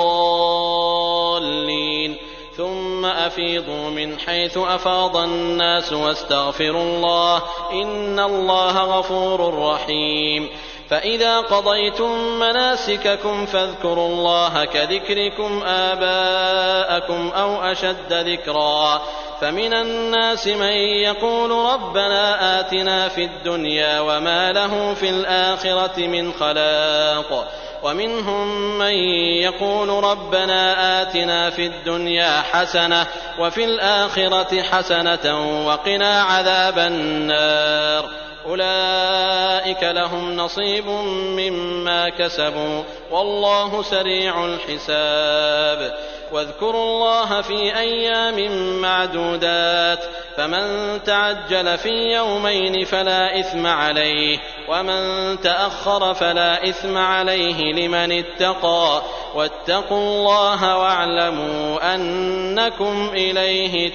الضالين ثم أفيضوا من حيث أفاض الناس واستغفروا الله إن الله غفور رحيم فإذا قضيتم مناسككم فاذكروا الله كذكركم آباءكم أو أشد ذكرا فمن الناس من يقول ربنا آتنا في الدنيا وما له في الآخرة من خلاق ومنهم من يقول ربنا آتنا في الدنيا حسنة وفي الآخرة حسنة وقنا عذاب النار أولئك لهم نصيب مما كسبوا والله سريع الحساب واذكروا الله في أيام معدودات فمن تعجل في يومين فلا إثم عليه ومن تأخر فلا إثم عليه لمن اتقى واتقوا الله واعلموا أنكم إليه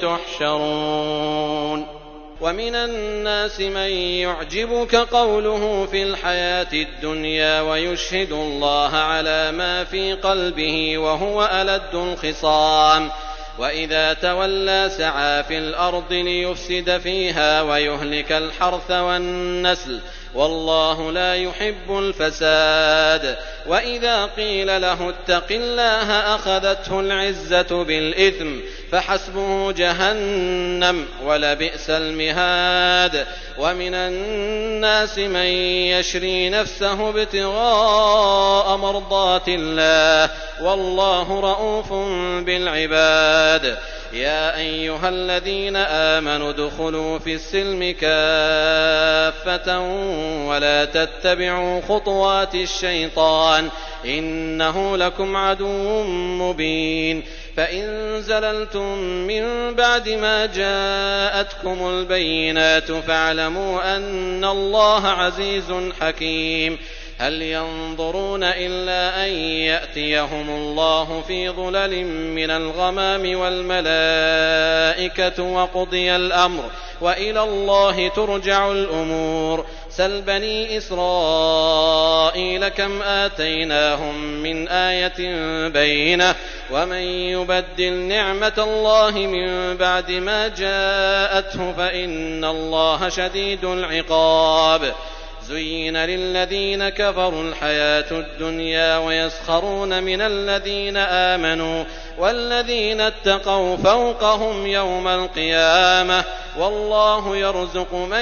تحشرون. ومن الناس من يعجبك قوله في الحياة الدنيا ويشهد الله على ما في قلبه وهو ألد الخصام وإذا تولى سعى في الأرض ليفسد فيها ويهلك الحرث والنسل والله لا يحب الفساد. وإذا قيل له اتق الله أخذته العزة بالإثم فحسبه جهنم ولبئس المهاد. ومن الناس من يشري نفسه ابتغاء مرضات الله والله رءوف بالعباد. يا أيها الذين آمنوا ادخلوا في السلم كافة ولا تتبعوا خطوات الشيطان إنه لكم عدو مبين. فإن زللتم من بعد ما جاءتكم البينات فاعلموا أن الله عزيز حكيم. هل ينظرون إلا أن يأتيهم الله في ظلل من الغمام والملائكة وقضي الأمر وإلى الله ترجع الأمور. سل بني إسرائيل كم آتيناهم من آية بينة ومن يبدل نعمة الله من بعد ما جاءته فإن الله شديد العقاب. زين للذين كفروا الحياة الدنيا ويسخرون من الذين آمنوا والذين اتقوا فوقهم يوم القيامة والله يرزق من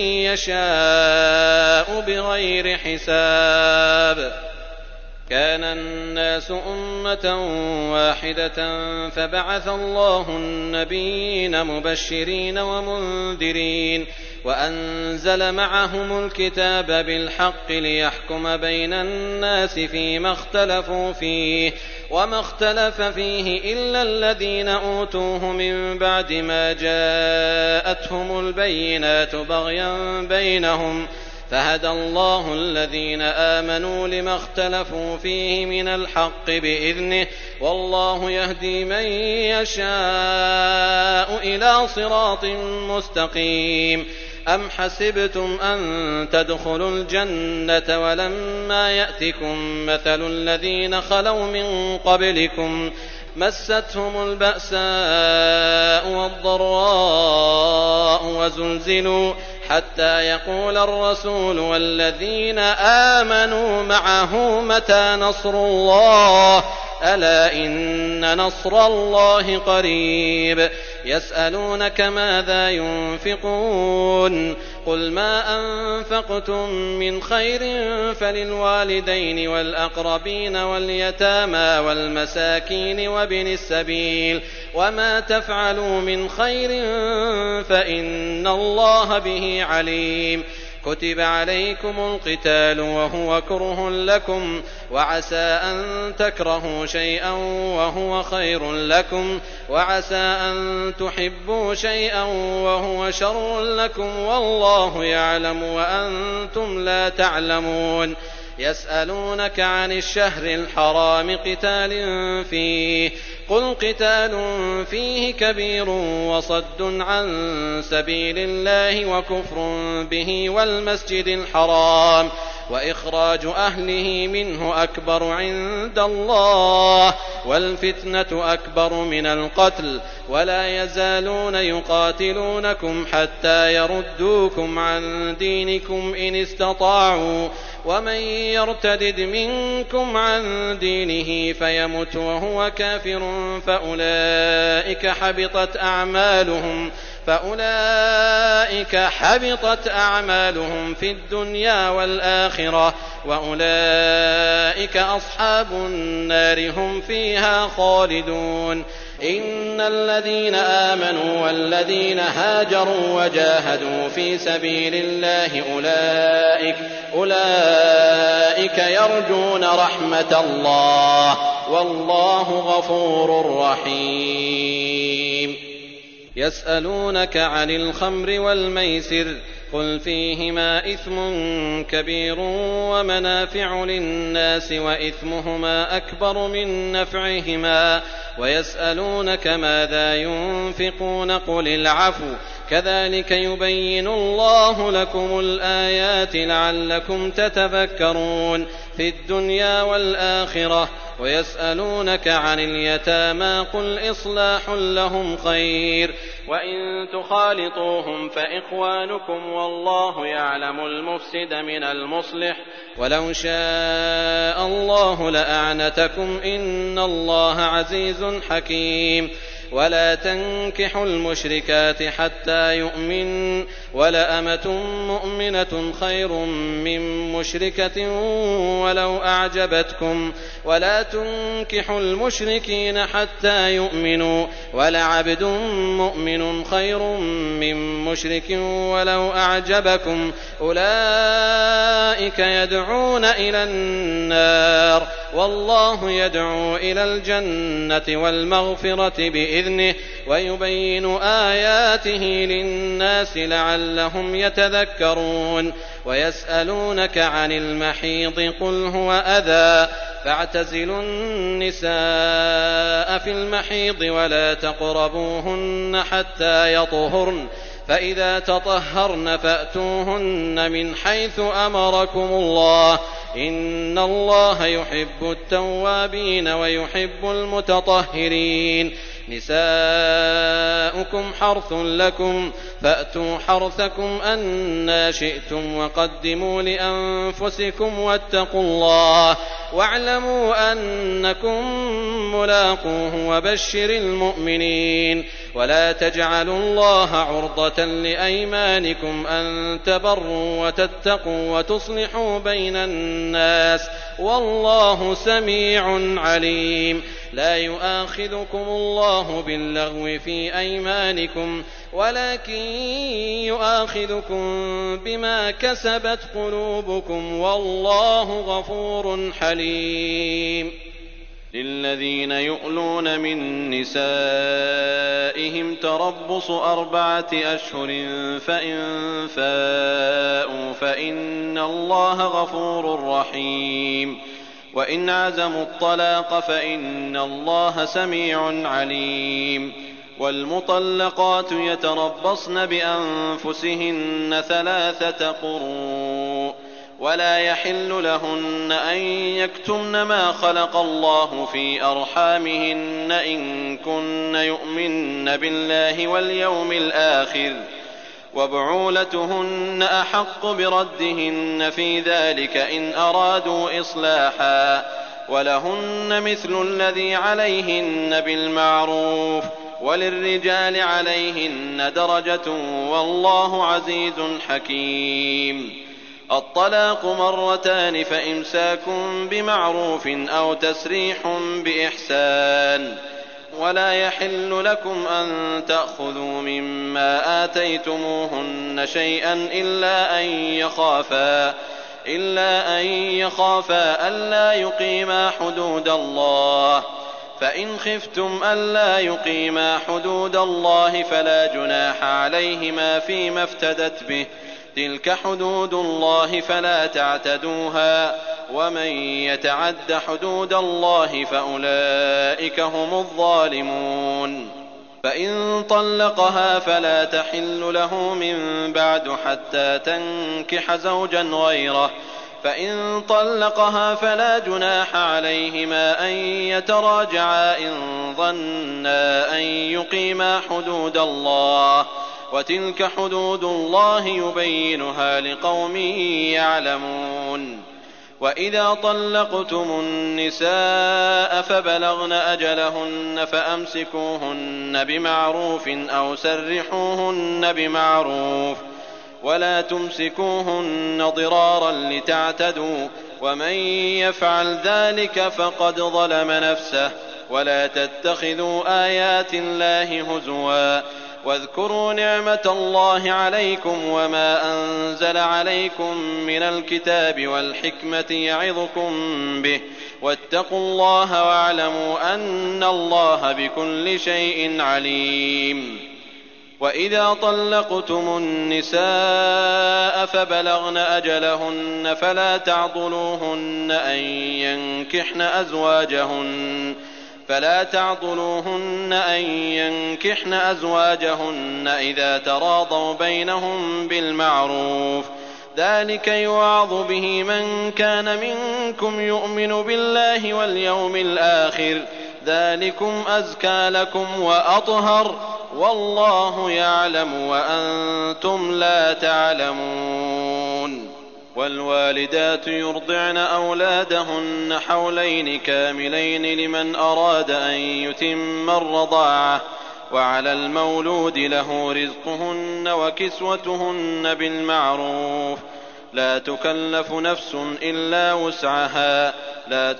يشاء بغير حساب. كان الناس أمة واحدة فبعث الله النبيين مبشرين ومنذرين وأنزل معهم الكتاب بالحق ليحكم بين الناس فيما اختلفوا فيه وما اختلف فيه إلا الذين أوتوه من بعد ما جاءتهم البينات بغيا بينهم فهدى الله الذين آمنوا لما اختلفوا فيه من الحق بإذنه والله يهدي من يشاء إلى صراط مستقيم. أم حسبتم أن تدخلوا الجنة ولما يأتكم مثل الذين خلوا من قبلكم مستهم البأساء والضراء وزلزلوا حتى يقول الرسول والذين آمنوا معه متى نصر الله ألا إن نصر الله قريب. يسألونك ماذا ينفقون قل ما أنفقتم من خير فللوالدين والأقربين واليتامى والمساكين وابن السبيل وما تفعلوا من خير فإن الله به عليم. كتب عليكم القتال وهو كره لكم وعسى أن تكرهوا شيئا وهو خير لكم وعسى أن تحبوا شيئا وهو شر لكم والله يعلم وأنتم لا تعلمون. يسألونك عن الشهر الحرام قتال فيه قل قتال فيه كبير وصد عن سبيل الله وكفر به والمسجد الحرام وإخراج أهله منه أكبر عند الله والفتنة أكبر من القتل ولا يزالون يقاتلونكم حتى يردوكم عن دينكم إن استطاعوا ومن يرتدد منكم عن دينه فيمت وهو كافر فأولئك حبطت أعمالهم فأولئك حبطت أعمالهم في الدنيا والآخرة وأولئك أصحاب النار هم فيها خالدون. إن الذين آمنوا والذين هاجروا وجاهدوا في سبيل الله أولئك, أولئك يرجون رحمة الله والله غفور رحيم. يسألونك عن الخمر والميسر قل فيهما إثم كبير ومنافع للناس وإثمهما أكبر من نفعهما ويسألونك ماذا ينفقون قل العفو كذلك يبين الله لكم الآيات لعلكم تتفكرون في الدنيا والآخرة. ويسألونك عن اليتامى قل إصلاح لهم خير وإن تخالطوهم فإخوانكم والله يعلم المفسد من المصلح ولو شاء الله لأعنتكم إن الله عزيز حكيم. ولا تنكحوا المشركات حتى يؤمن ولأمة مؤمنة خير من مشركة ولو أعجبتكم ولا تنكحوا المشركين حتى يؤمنوا ولعبد مؤمن خير من مشرك ولو أعجبكم أولئك يدعون إلى النار والله يدعو إلى الجنة والمغفرة بإذنه ويبين آياته للناس لعلهم يتذكرون. ويسألونك عن المحيض قل هو أذى فاعتزلوا النساء في المحيض ولا تقربوهن حتى يطهرن فإذا تطهرن فأتوهن من حيث أمركم الله إن الله يحب التوابين ويحب المتطهرين. نساؤكم حرث لكم فأتوا حرثكم أنى شئتم وقدموا لأنفسكم واتقوا الله واعلموا أنكم ملاقوه وبشر المؤمنين. ولا تجعلوا الله عرضة لأيمانكم أن تبروا وتتقوا وتصلحوا بين الناس والله سميع عليم. لا يؤاخذكم الله باللغو في أيمانكم ولكن يؤاخذكم بما كسبت قلوبكم والله غفور حليم. للذين يؤلون من نسائهم تربص أربعة أشهر فإن فاءوا فإن الله غفور رحيم. وإن عزموا الطلاق فإن الله سميع عليم. والمطلقات يتربصن بأنفسهن ثلاثة قروء ولا يحل لهن أن يكتمن ما خلق الله في أرحامهن إن كن يؤمن بالله واليوم الآخر وبعولتهن أحق بردهن في ذلك إن أرادوا إصلاحا ولهن مثل الذي عليهن بالمعروف وللرجال عليهن درجة والله عزيز حكيم. الطلاق مرتان فإمساك بمعروف أو تسريح بإحسان. ولا يحل لكم أن تأخذوا مما آتيتموهن شيئا إلا أن يخافا إلا أن يخافا ألا يقيما حدود الله فإن خفتم ألا يقيما حدود الله فلا جناح عليهما فيما افتدت به تلك حدود الله فلا تعتدوها ومن يتعد حدود الله فأولئك هم الظالمون. فإن طلقها فلا تحل له من بعد حتى تنكح زوجا غيره فإن طلقها فلا جناح عليهما أن يتراجعا إن ظنا أن يقيما حدود الله وتلك حدود الله يبينها لقوم يعلمون. وإذا طلقتم النساء فبلغن أجلهن فأمسكوهن بمعروف أو سرحوهن بمعروف ولا تمسكوهن ضرارا لتعتدوا ومن يفعل ذلك فقد ظلم نفسه. ولا تتخذوا آيات الله هزوا واذكروا نعمة الله عليكم وما أنزل عليكم من الكتاب والحكمة يعظكم به واتقوا الله واعلموا أن الله بكل شيء عليم. وإذا طلقتم النساء فبلغن أجلهن فلا تعضلوهن أن ينكحن أزواجهن فلا تعضلوهن أن ينكحن أزواجهن إذا تراضوا بينهم بالمعروف ذلك يوعظ به من كان منكم يؤمن بالله واليوم الآخر ذلكم أزكى لكم وأطهر والله يعلم وأنتم لا تعلمون. والوالدات يرضعن أولادهن حولين كاملين لمن أراد أن يتم الرضاعة وعلى المولود له رزقهن وكسوتهن بالمعروف لا تكلف نفس إلا وسعها لا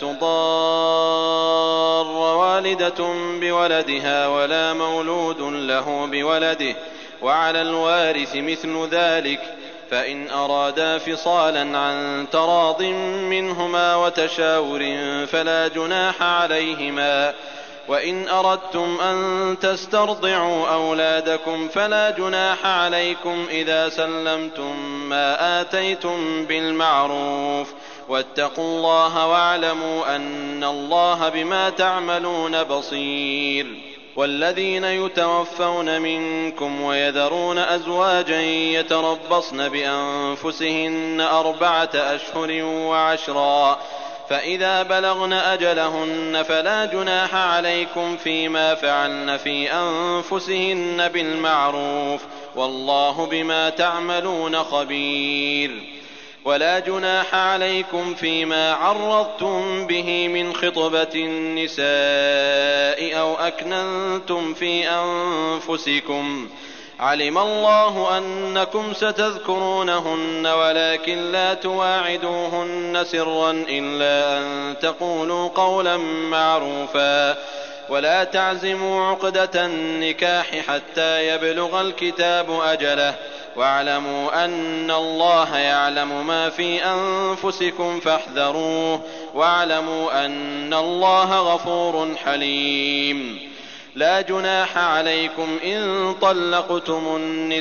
تضار والدة بولدها ولا مولود له بولده وعلى الوارث مثل ذلك فإن أرادا فصالا عن تراض منهما وتشاور فلا جناح عليهما وإن أردتم أن تسترضعوا أولادكم فلا جناح عليكم إذا سلمتم ما آتيتم بالمعروف واتقوا الله واعلموا أن الله بما تعملون بصير. والذين يتوفون منكم ويذرون أزواجا يتربصن بأنفسهن أربعة أشهر وعشرا فإذا بلغن أجلهن فلا جناح عليكم فيما فعلن في أنفسهن بالمعروف والله بما تعملون خبير. ولا جناح عليكم فيما عرضتم به من خطبة النساء أو أكننتم في أنفسكم علم الله أنكم ستذكرونهن ولكن لا تواعدوهن سرا إلا أن تقولوا قولا معروفا ولا تعزموا عقدة النكاح حتى يبلغ الكتاب أجله واعلموا أن الله يعلم ما في أنفسكم فاحذروه واعلموا أن الله غفور حليم. لا جناح عليكم إن طلقتم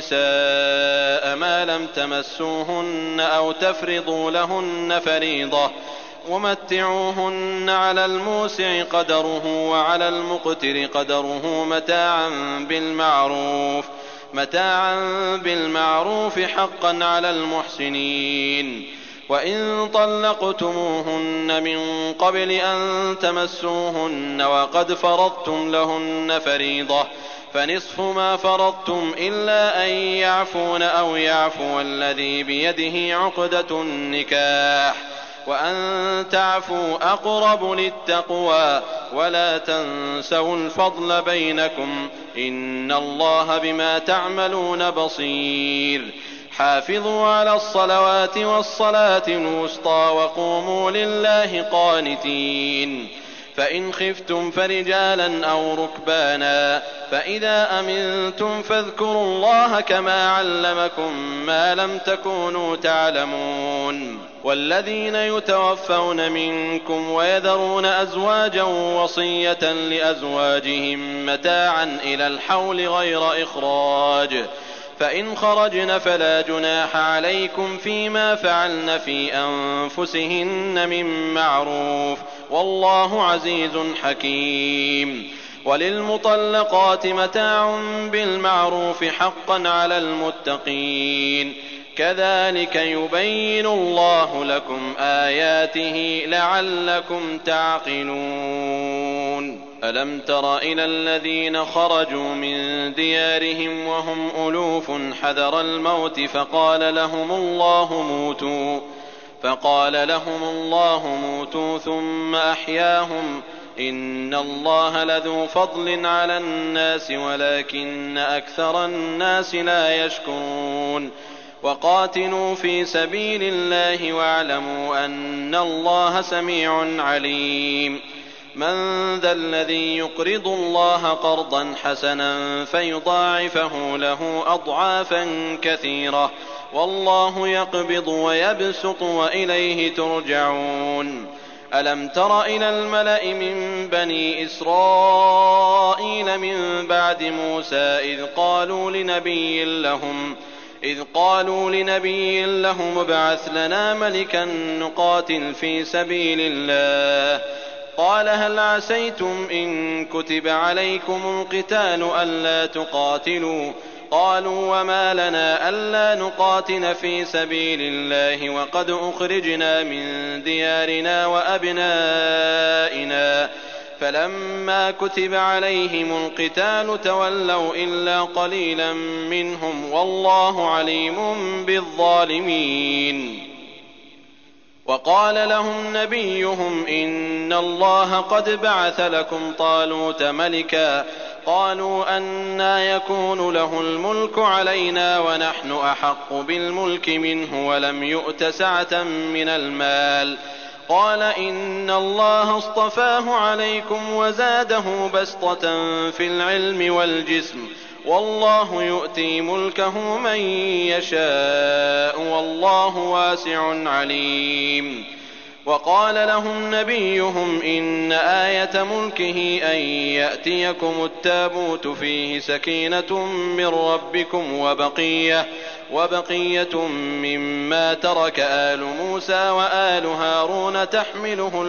النساء ما لم تمسوهن أو تفرضوا لهن فريضة ومتعوهن على الموسع قدره وعلى المقتر قدره متاعا بالمعروف متاعا بالمعروف حقا على المحسنين. وإن طلقتموهن من قبل أن تمسوهن وقد فرضتم لهن فريضة فنصف ما فرضتم إلا أن يعفون أو يعفو الذي بيده عقدة النكاح وأن تعفوا أقرب للتقوى ولا تنسوا الفضل بينكم إن الله بما تعملون بصير. حافظوا على الصلوات والصلاة الوسطى وقوموا لله قانتين. فإن خفتم فرجالا أو ركبانا فإذا أمنتم فاذكروا الله كما علمكم ما لم تكونوا تعلمون. والذين يتوفون منكم ويذرون أزواجا وصية لأزواجهم متاعا إلى الحول غير إخراج فإن خرجن فلا جناح عليكم فيما فعلن في أنفسهن من معروف والله عزيز حكيم. وللمطلقات متاع بالمعروف حقا على المتقين كذلك يبين الله لكم آياته لعلكم تعقلون. ألم تر إلى الذين خرجوا من ديارهم وهم ألوف حذر الموت فقال لهم الله موتوا فقال لهم الله موتوا ثم أحياهم إن الله لذو فضل على الناس ولكن أكثر الناس لا يشكرون. وقاتلوا في سبيل الله واعلموا أن الله سميع عليم. من ذا الذي يقرض الله قرضا حسنا فيضاعفه له أضعافا كثيرة والله يقبض ويبسط وإليه ترجعون. ألم تر إلى الملأ من بني إسرائيل من بعد موسى إذ قالوا لنبي لهم إذ قالوا لنبي لهم ابعث لنا ملكا نقاتل في سبيل الله قال هل عسيتم إن كتب عليكم القتال ألا تقاتلوا قالوا وما لنا ألا نقاتل في سبيل الله وقد أخرجنا من ديارنا وأبنائنا فلما كتب عليهم القتال تولوا إلا قليلا منهم والله عليم بالظالمين. وقال لهم نبيهم إن الله قد بعث لكم طالوت ملكا قالوا أنى يكون له الملك علينا ونحن أحق بالملك منه ولم يؤت سعة من المال قال إن الله اصطفاه عليكم وزاده بسطة في العلم والجسم والله يؤتي ملكه من يشاء والله واسع عليم. وقال لهم نبيهم إن آية ملكه أن يأتيكم التابوت فيه سكينة من ربكم وبقية, وبقية مما ترك آل موسى وآل هارون تحمله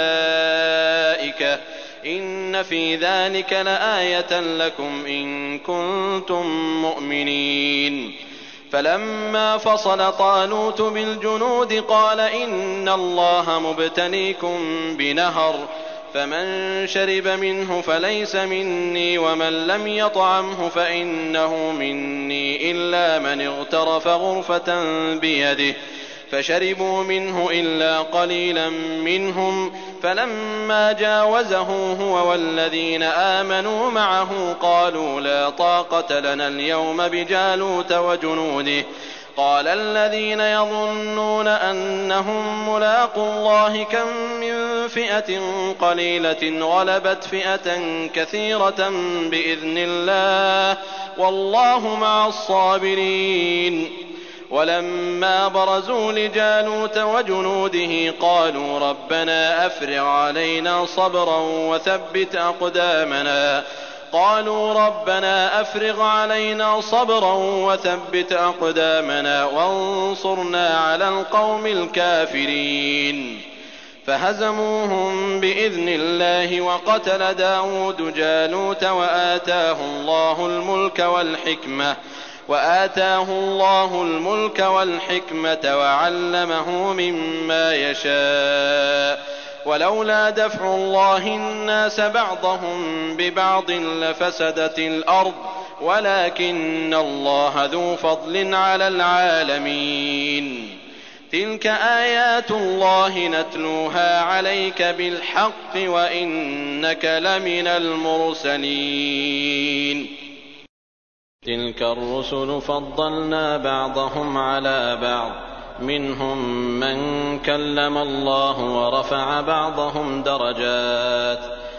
الملائكة إن في ذلك لآية لكم إن كنتم مؤمنين. فلما فصل طالوت بالجنود قال إن الله مبتليكم بنهر فمن شرب منه فليس مني ومن لم يطعمه فإنه مني إلا من اغترف غرفة بيده فشربوا منه إلا قليلا منهم فلما جاوزه هو والذين آمنوا معه قالوا لا طاقة لنا اليوم بجالوت وجنوده قال الذين يظنون أنهم ملاقوا الله كم من فئة قليلة غلبت فئة كثيرة بإذن الله والله مع الصابرين. ولما برزوا لجالوت وجنوده قالوا ربنا أفرغ علينا صبرا وثبت أقدامنا قالوا ربنا أفرغ علينا صبرا وثبت أقدامنا وانصرنا على القوم الكافرين فهزموهم بإذن الله وقتل داود جالوت وآتاه الله الملك والحكمة وآتاه الله الملك والحكمة وعلمه مما يشاء ولولا دفع الله الناس بعضهم ببعض لفسدت الأرض ولكن الله ذو فضل على العالمين. تلك آيات الله نتلوها عليك بالحق وإنك لمن المرسلين. تلك الرسل فضلنا بعضهم على بعض منهم من كلم الله ورفع بعضهم درجات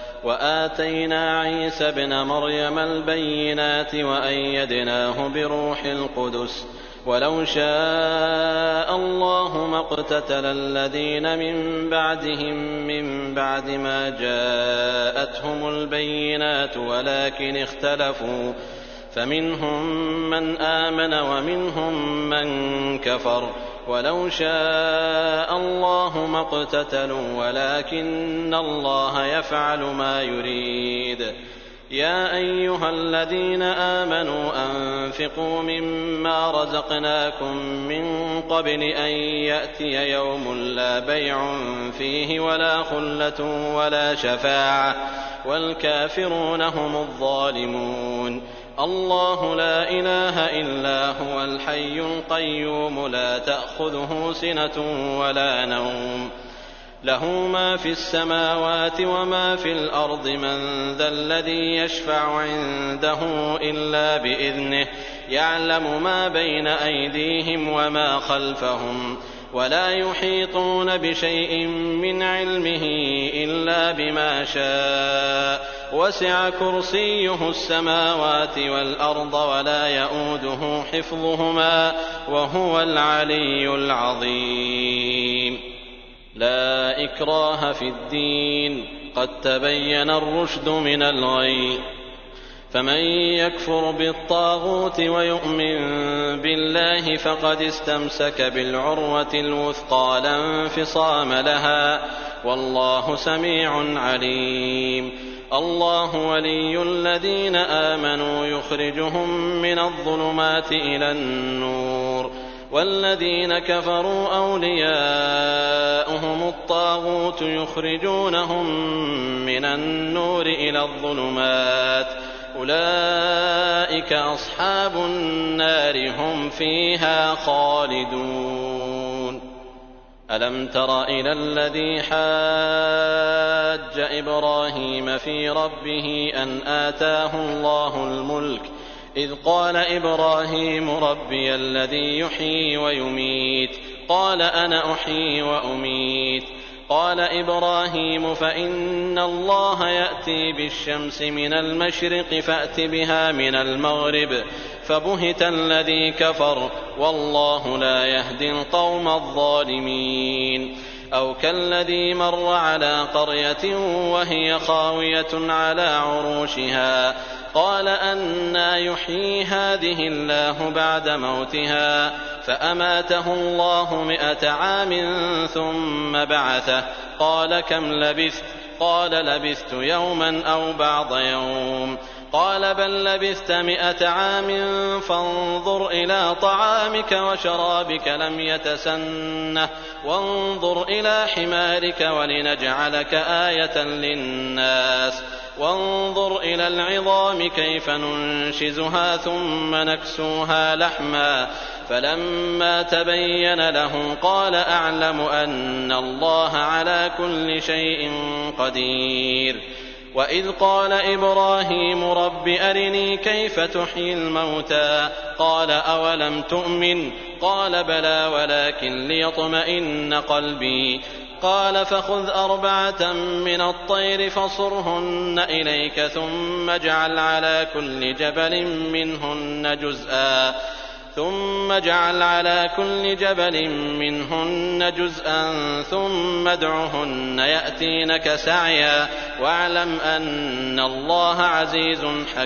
وآتينا عيسى ابن مريم البينات وأيدناه بروح القدس ولو شاء الله ما اقتتل الذين من بعدهم من بعد ما جاءتهم البينات ولكن اختلفوا فمنهم من آمن ومنهم من كفر ولو شاء الله ما اقتتلوا ولكن الله يفعل ما يريد. يا أيها الذين آمنوا أنفقوا مما رزقناكم من قبل أن يأتي يوم لا بيع فيه ولا خلة ولا شفاعة والكافرون هم الظالمون. الله لا إله إلا هو الحي القيوم لا تأخذه سنة ولا نوم له ما في السماوات وما في الأرض من ذا الذي يشفع عنده إلا بإذنه يعلم ما بين أيديهم وما خلفهم ولا يحيطون بشيء من علمه إلا بما شاء وسع كرسيه السماوات والأرض ولا يئوده حفظهما وهو العلي العظيم. لا إكراه في الدين قد تبين الرشد من الغي، فمن يكفر بالطاغوت ويؤمن بالله فقد استمسك بالعروة الوثقى لا انفصام لها والله سميع عليم. الله ولي الذين آمنوا يخرجهم من الظلمات إلى النور، والذين كفروا أولياؤهم الطاغوت يخرجونهم من النور إلى الظلمات أولئك أصحاب النار هم فيها خالدون. ألم تر إلى الذي حاج إبراهيم في ربه أن آتاه الله الملك إذ قال إبراهيم ربي الذي يحيي ويميت قال أنا أحيي وأميت قال إبراهيم فإن الله يأتي بالشمس من المشرق فأت بها من المغرب فبهت الذي كفر والله لا يهدي القوم الظالمين. أو كالذي مر على قرية وهي خاوية على عروشها قال أنى يحيي هذه الله بعد موتها فأماته الله مئة عام ثم بعثه قال كم لبثت قال لبثت يوما أو بعض يوم قال بل لبثت مئة عام فانظر إلى طعامك وشرابك لم يتسنه وانظر إلى حمارك ولنجعلك آية للناس وانظر إلى العظام كيف ننشزها ثم نكسوها لحما فلما تبين له قال أعلم أن الله على كل شيء قدير. وإذ قال إبراهيم رب أرني كيف تحيي الموتى قال أولم تؤمن قال بلى ولكن ليطمئن قلبي قال فخذ أربعة من الطير فصرهن إليك ثم اجعل على كل جبل منهن جزءا ثم اجعل على كل جبل منهن جزءا ثم ادعهن يأتينك سعيا واعلم أن الله عزيز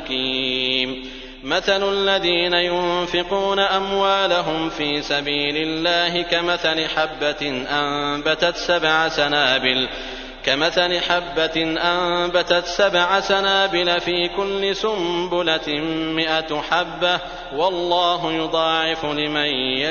حكيم. مثل الذين ينفقون أموالهم في سبيل الله كمثل حبة أنبتت سبع سنابل كمثل حبة أنبتت سبع سنابل في كل سنبلة مئة حبة والله يضاعف لمن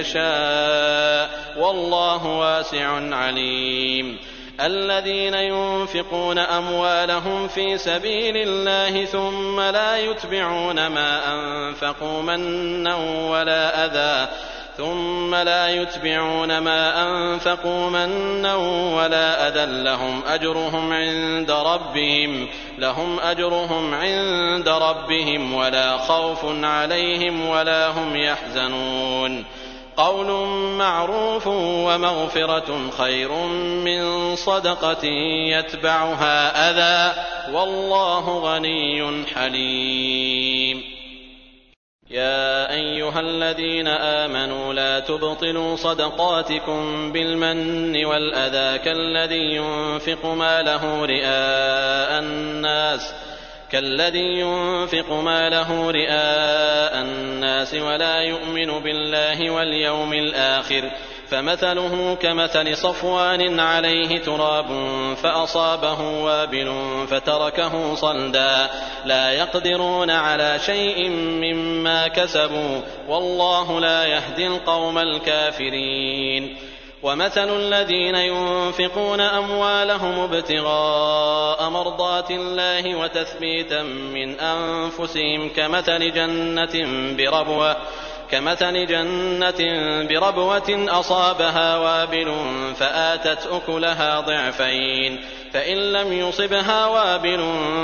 يشاء والله واسع عليم. الذين ينفقون أموالهم في سبيل الله ثم لا يتبعون ما أنفقوا منا ولا أذى ثم لا يتبعون ما أنفقوا منا ولا أذى لهم أجرهم عند ربهم لهم أجرهم عند ربهم ولا خوف عليهم ولا هم يحزنون. قول معروف ومغفرة خير من صدقة يتبعها أذى والله غني حليم. يا أيها الذين آمنوا لا تبطلوا صدقاتكم بالمن والأذى كالذي ينفق ماله رئاء الناس كالذي ينفق ماله رئاء الناس ولا يؤمن بالله واليوم الآخر فمثله كمثل صفوان عليه تراب فأصابه وابل فتركه صلدا لا يقدرون على شيء مما كسبوا والله لا يهدي القوم الكافرين. ومثل الذين ينفقون أموالهم ابتغاء مرضات الله وتثبيتا من أنفسهم كمثل جنة بربوة كمثل جنة بربوة أصابها وابل فآتت أكلها ضعفين فإن لم يصبها وابل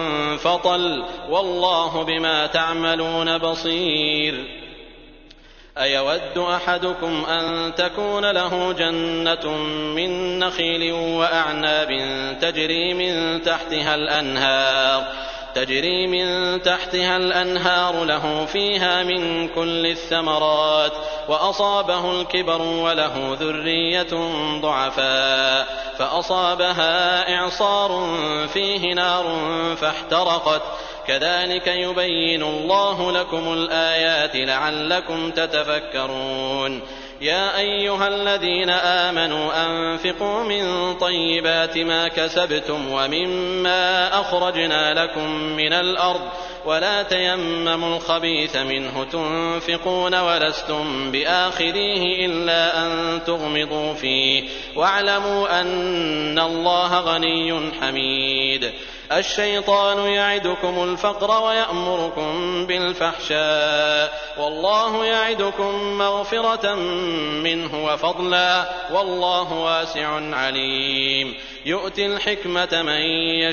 فطل والله بما تعملون بصير. أيود أحدكم أن تكون له جنة من نخيل وأعناب تجري من تحتها الأنهار تجري من تحتها الأنهار له فيها من كل الثمرات وأصابه الكبر وله ذرية ضعفاء فأصابها إعصار فيه نار فاحترقت كذلك يبين الله لكم الآيات لعلكم تتفكرون يا أيها الذين آمنوا أنفقوا من طيبات ما كسبتم ومما أخرجنا لكم من الأرض ولا تيمموا الخبيث منه تنفقون ولستم بآخذيه إلا أن تغمضوا فيه واعلموا أن الله غني حميد الشيطان يعدكم الفقر ويأمركم بالفحشاء والله يعدكم مغفرة منه وفضلا والله واسع عليم يؤتي الحكمة من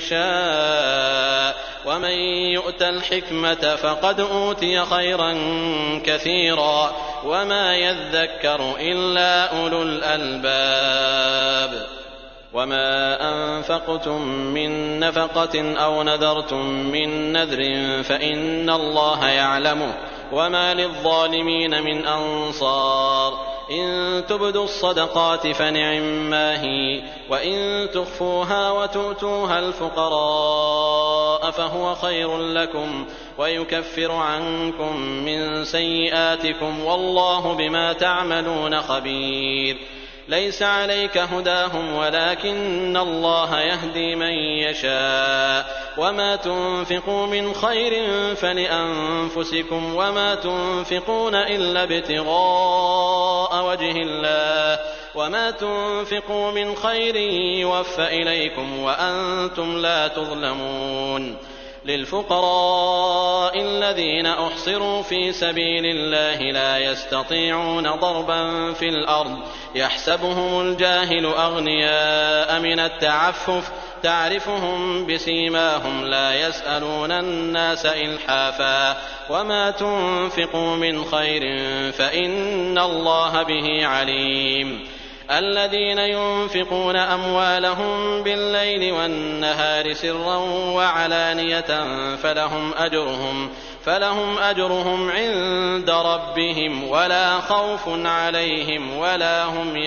يشاء ومن يؤت الحكمة فقد أوتي خيرا كثيرا وما يذكر إلا أولو الألباب وما أنفقتم من نفقة أو نذرتم من نذر فإن الله يعلمه وما للظالمين من أنصار إن تبدوا الصدقات فنعما هي وإن تخفوها وتؤتوها الفقراء فهو خير لكم ويكفر عنكم من سيئاتكم والله بما تعملون خبير ليس عليك هداهم ولكن الله يهدي من يشاء وما تنفقوا من خير فلأنفسكم وما تنفقون إلا ابتغاء وجه الله وما تنفقوا من خير يوفى إليكم وأنتم لا تظلمون للفقراء الذين أحصروا في سبيل الله لا يستطيعون ضربا في الأرض يحسبهم الجاهل أغنياء من التعفف تعرفهم بسيماهم لا يسألون الناس إلحافا وما تنفقوا من خير فإن الله به عليم الذين ينفقون أموالهم بالليل والنهار سرا وعلانية فلهم أجرهم فلهم أجرهم عند ربهم ولا خوف عليهم ولا هم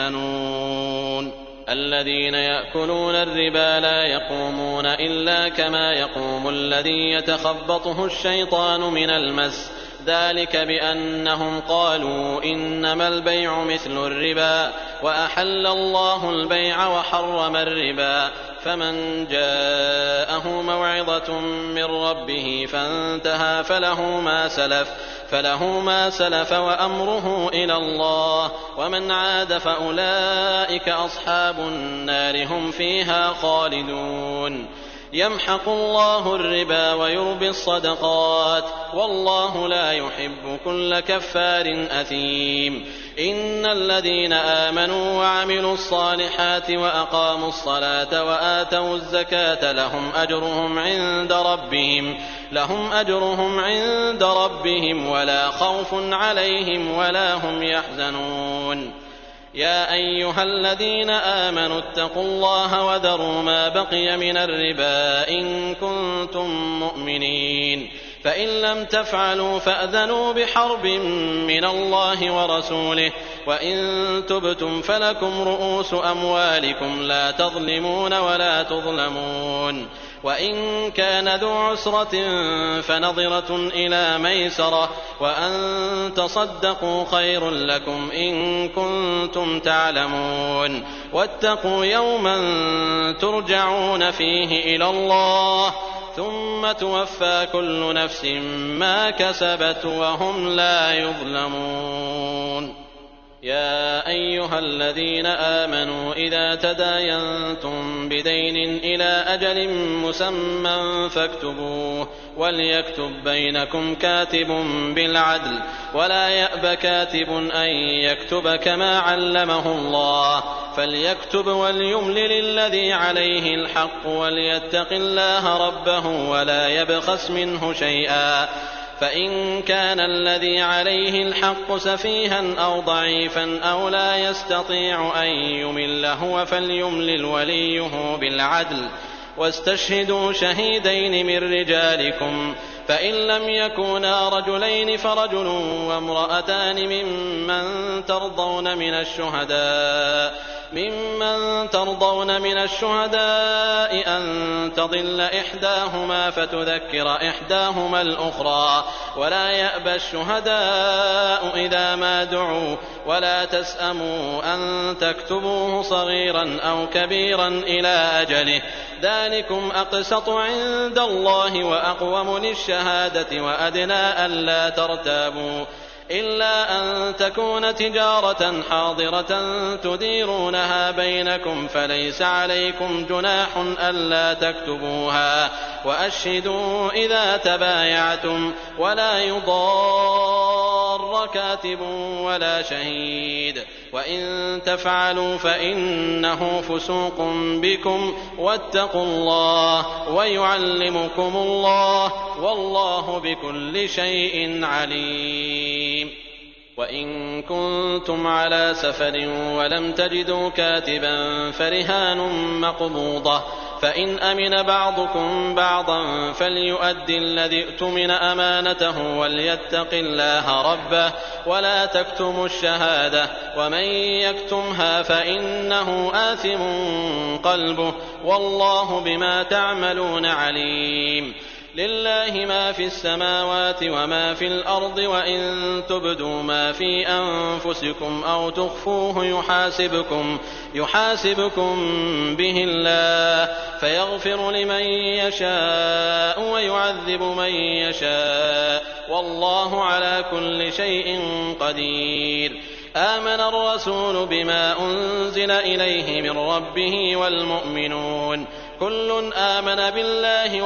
يحزنون الذين يأكلون الربا لا يقومون إلا كما يقوم الذي يتخبطه الشيطان من المس ذلك بأنهم قالوا إنما البيع مثل الربا وأحل الله البيع وحرم الربا فمن جاءه موعظة من ربه فانتهى فله ما سلف فله ما سلف وأمره إلى الله ومن عاد فأولئك أصحاب النار هم فيها خالدون يمحق الله الربا ويربي الصدقات والله لا يحب كل كفار أثيم إن الذين آمنوا وعملوا الصالحات وأقاموا الصلاة وآتوا الزكاة لهم أجرهم عند ربهم لهم أجرهم عند ربهم ولا خوف عليهم ولا هم يحزنون يا أيها الذين آمنوا اتقوا الله وذروا ما بقي من الربا إن كنتم مؤمنين فإن لم تفعلوا فأذنوا بحرب من الله ورسوله وإن تبتم فلكم رؤوس أموالكم لا تظلمون ولا تظلمون وإن كان ذو عسرة فنظرة إلى ميسرة وأن تصدقوا خير لكم إن كنتم تعلمون واتقوا يوما ترجعون فيه إلى الله ثم توفى كل نفس ما كسبت وهم لا يظلمون يا أيها الذين آمنوا إذا تداينتم بدين إلى أجل مسمى فاكتبوه وليكتب بينكم كاتب بالعدل ولا يأب كاتب أن يكتب كما علمه الله فليكتب وليملل الذي عليه الحق وليتق الله ربه ولا يبخس منه شيئا فإن كان الذي عليه الحق سفيها أو ضعيفا أو لا يستطيع أن يمل هو فليملل وليه بالعدل واستشهدوا شهيدين من رجالكم فإن لم يكونا رجلين فرجل وامرأتان ممن ترضون من الشهداء ممن ترضون من الشهداء أن تضل إحداهما فتذكر إحداهما الأخرى ولا يأبى الشهداء إذا ما دعوا ولا تسأموا أن تكتبوه صغيرا أو كبيرا إلى أجله ذلكم أقسط عند الله وأقوم للشهادة وأدنى ألا ترتابوا إلا أن تكون تجارة حاضرة تديرونها بينكم فليس عليكم جناح ألا تكتبوها وأشهدوا إذا تبايعتم ولا يضار كاتب ولا شهيد وإن تفعلوا فإنه فسوق بكم واتقوا الله ويعلمكم الله والله بكل شيء عليم. وإن كنتم على سفر ولم تجدوا كاتبا فرهان مقبوضة فإن أمن بعضكم بعضا فليؤدي الذي اؤتمن أمانته وليتق الله ربه ولا تكتموا الشهادة ومن يكتمها فإنه آثم قلبه والله بما تعملون عليم. لله ما في السماوات وما في الأرض وإن تبدوا ما في أنفسكم أو تخفوه يحاسبكم, يحاسبكم به الله فيغفر لمن يشاء ويعذب من يشاء والله على كل شيء قدير. آمن الرسول بما أنزل إليه من ربه والمؤمنون كل آمن بالله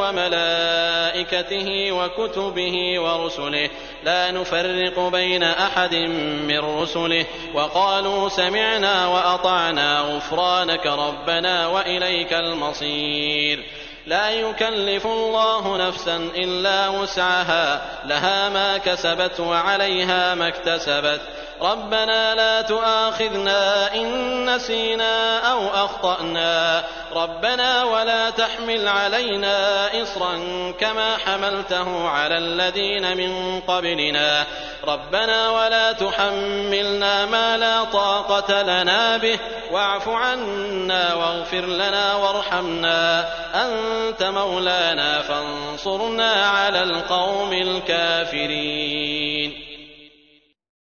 وملائكته وكتبه ورسله لا نفرق بين أحد من رسله وقالوا سمعنا وأطعنا غفرانك ربنا وإليك المصير. لا يكلف الله نفسا إلا وسعها لها ما كسبت وعليها ما اكتسبت ربنا لا تؤاخذنا إن نسينا أو أخطأنا ربنا ولا تحمل علينا إصرا كما حملته على الذين من قبلنا ربنا ولا تحملنا ما لا طاقة لنا به واعف عنا واغفر لنا وارحمنا أنت مولانا فانصرنا على القوم الكافرين.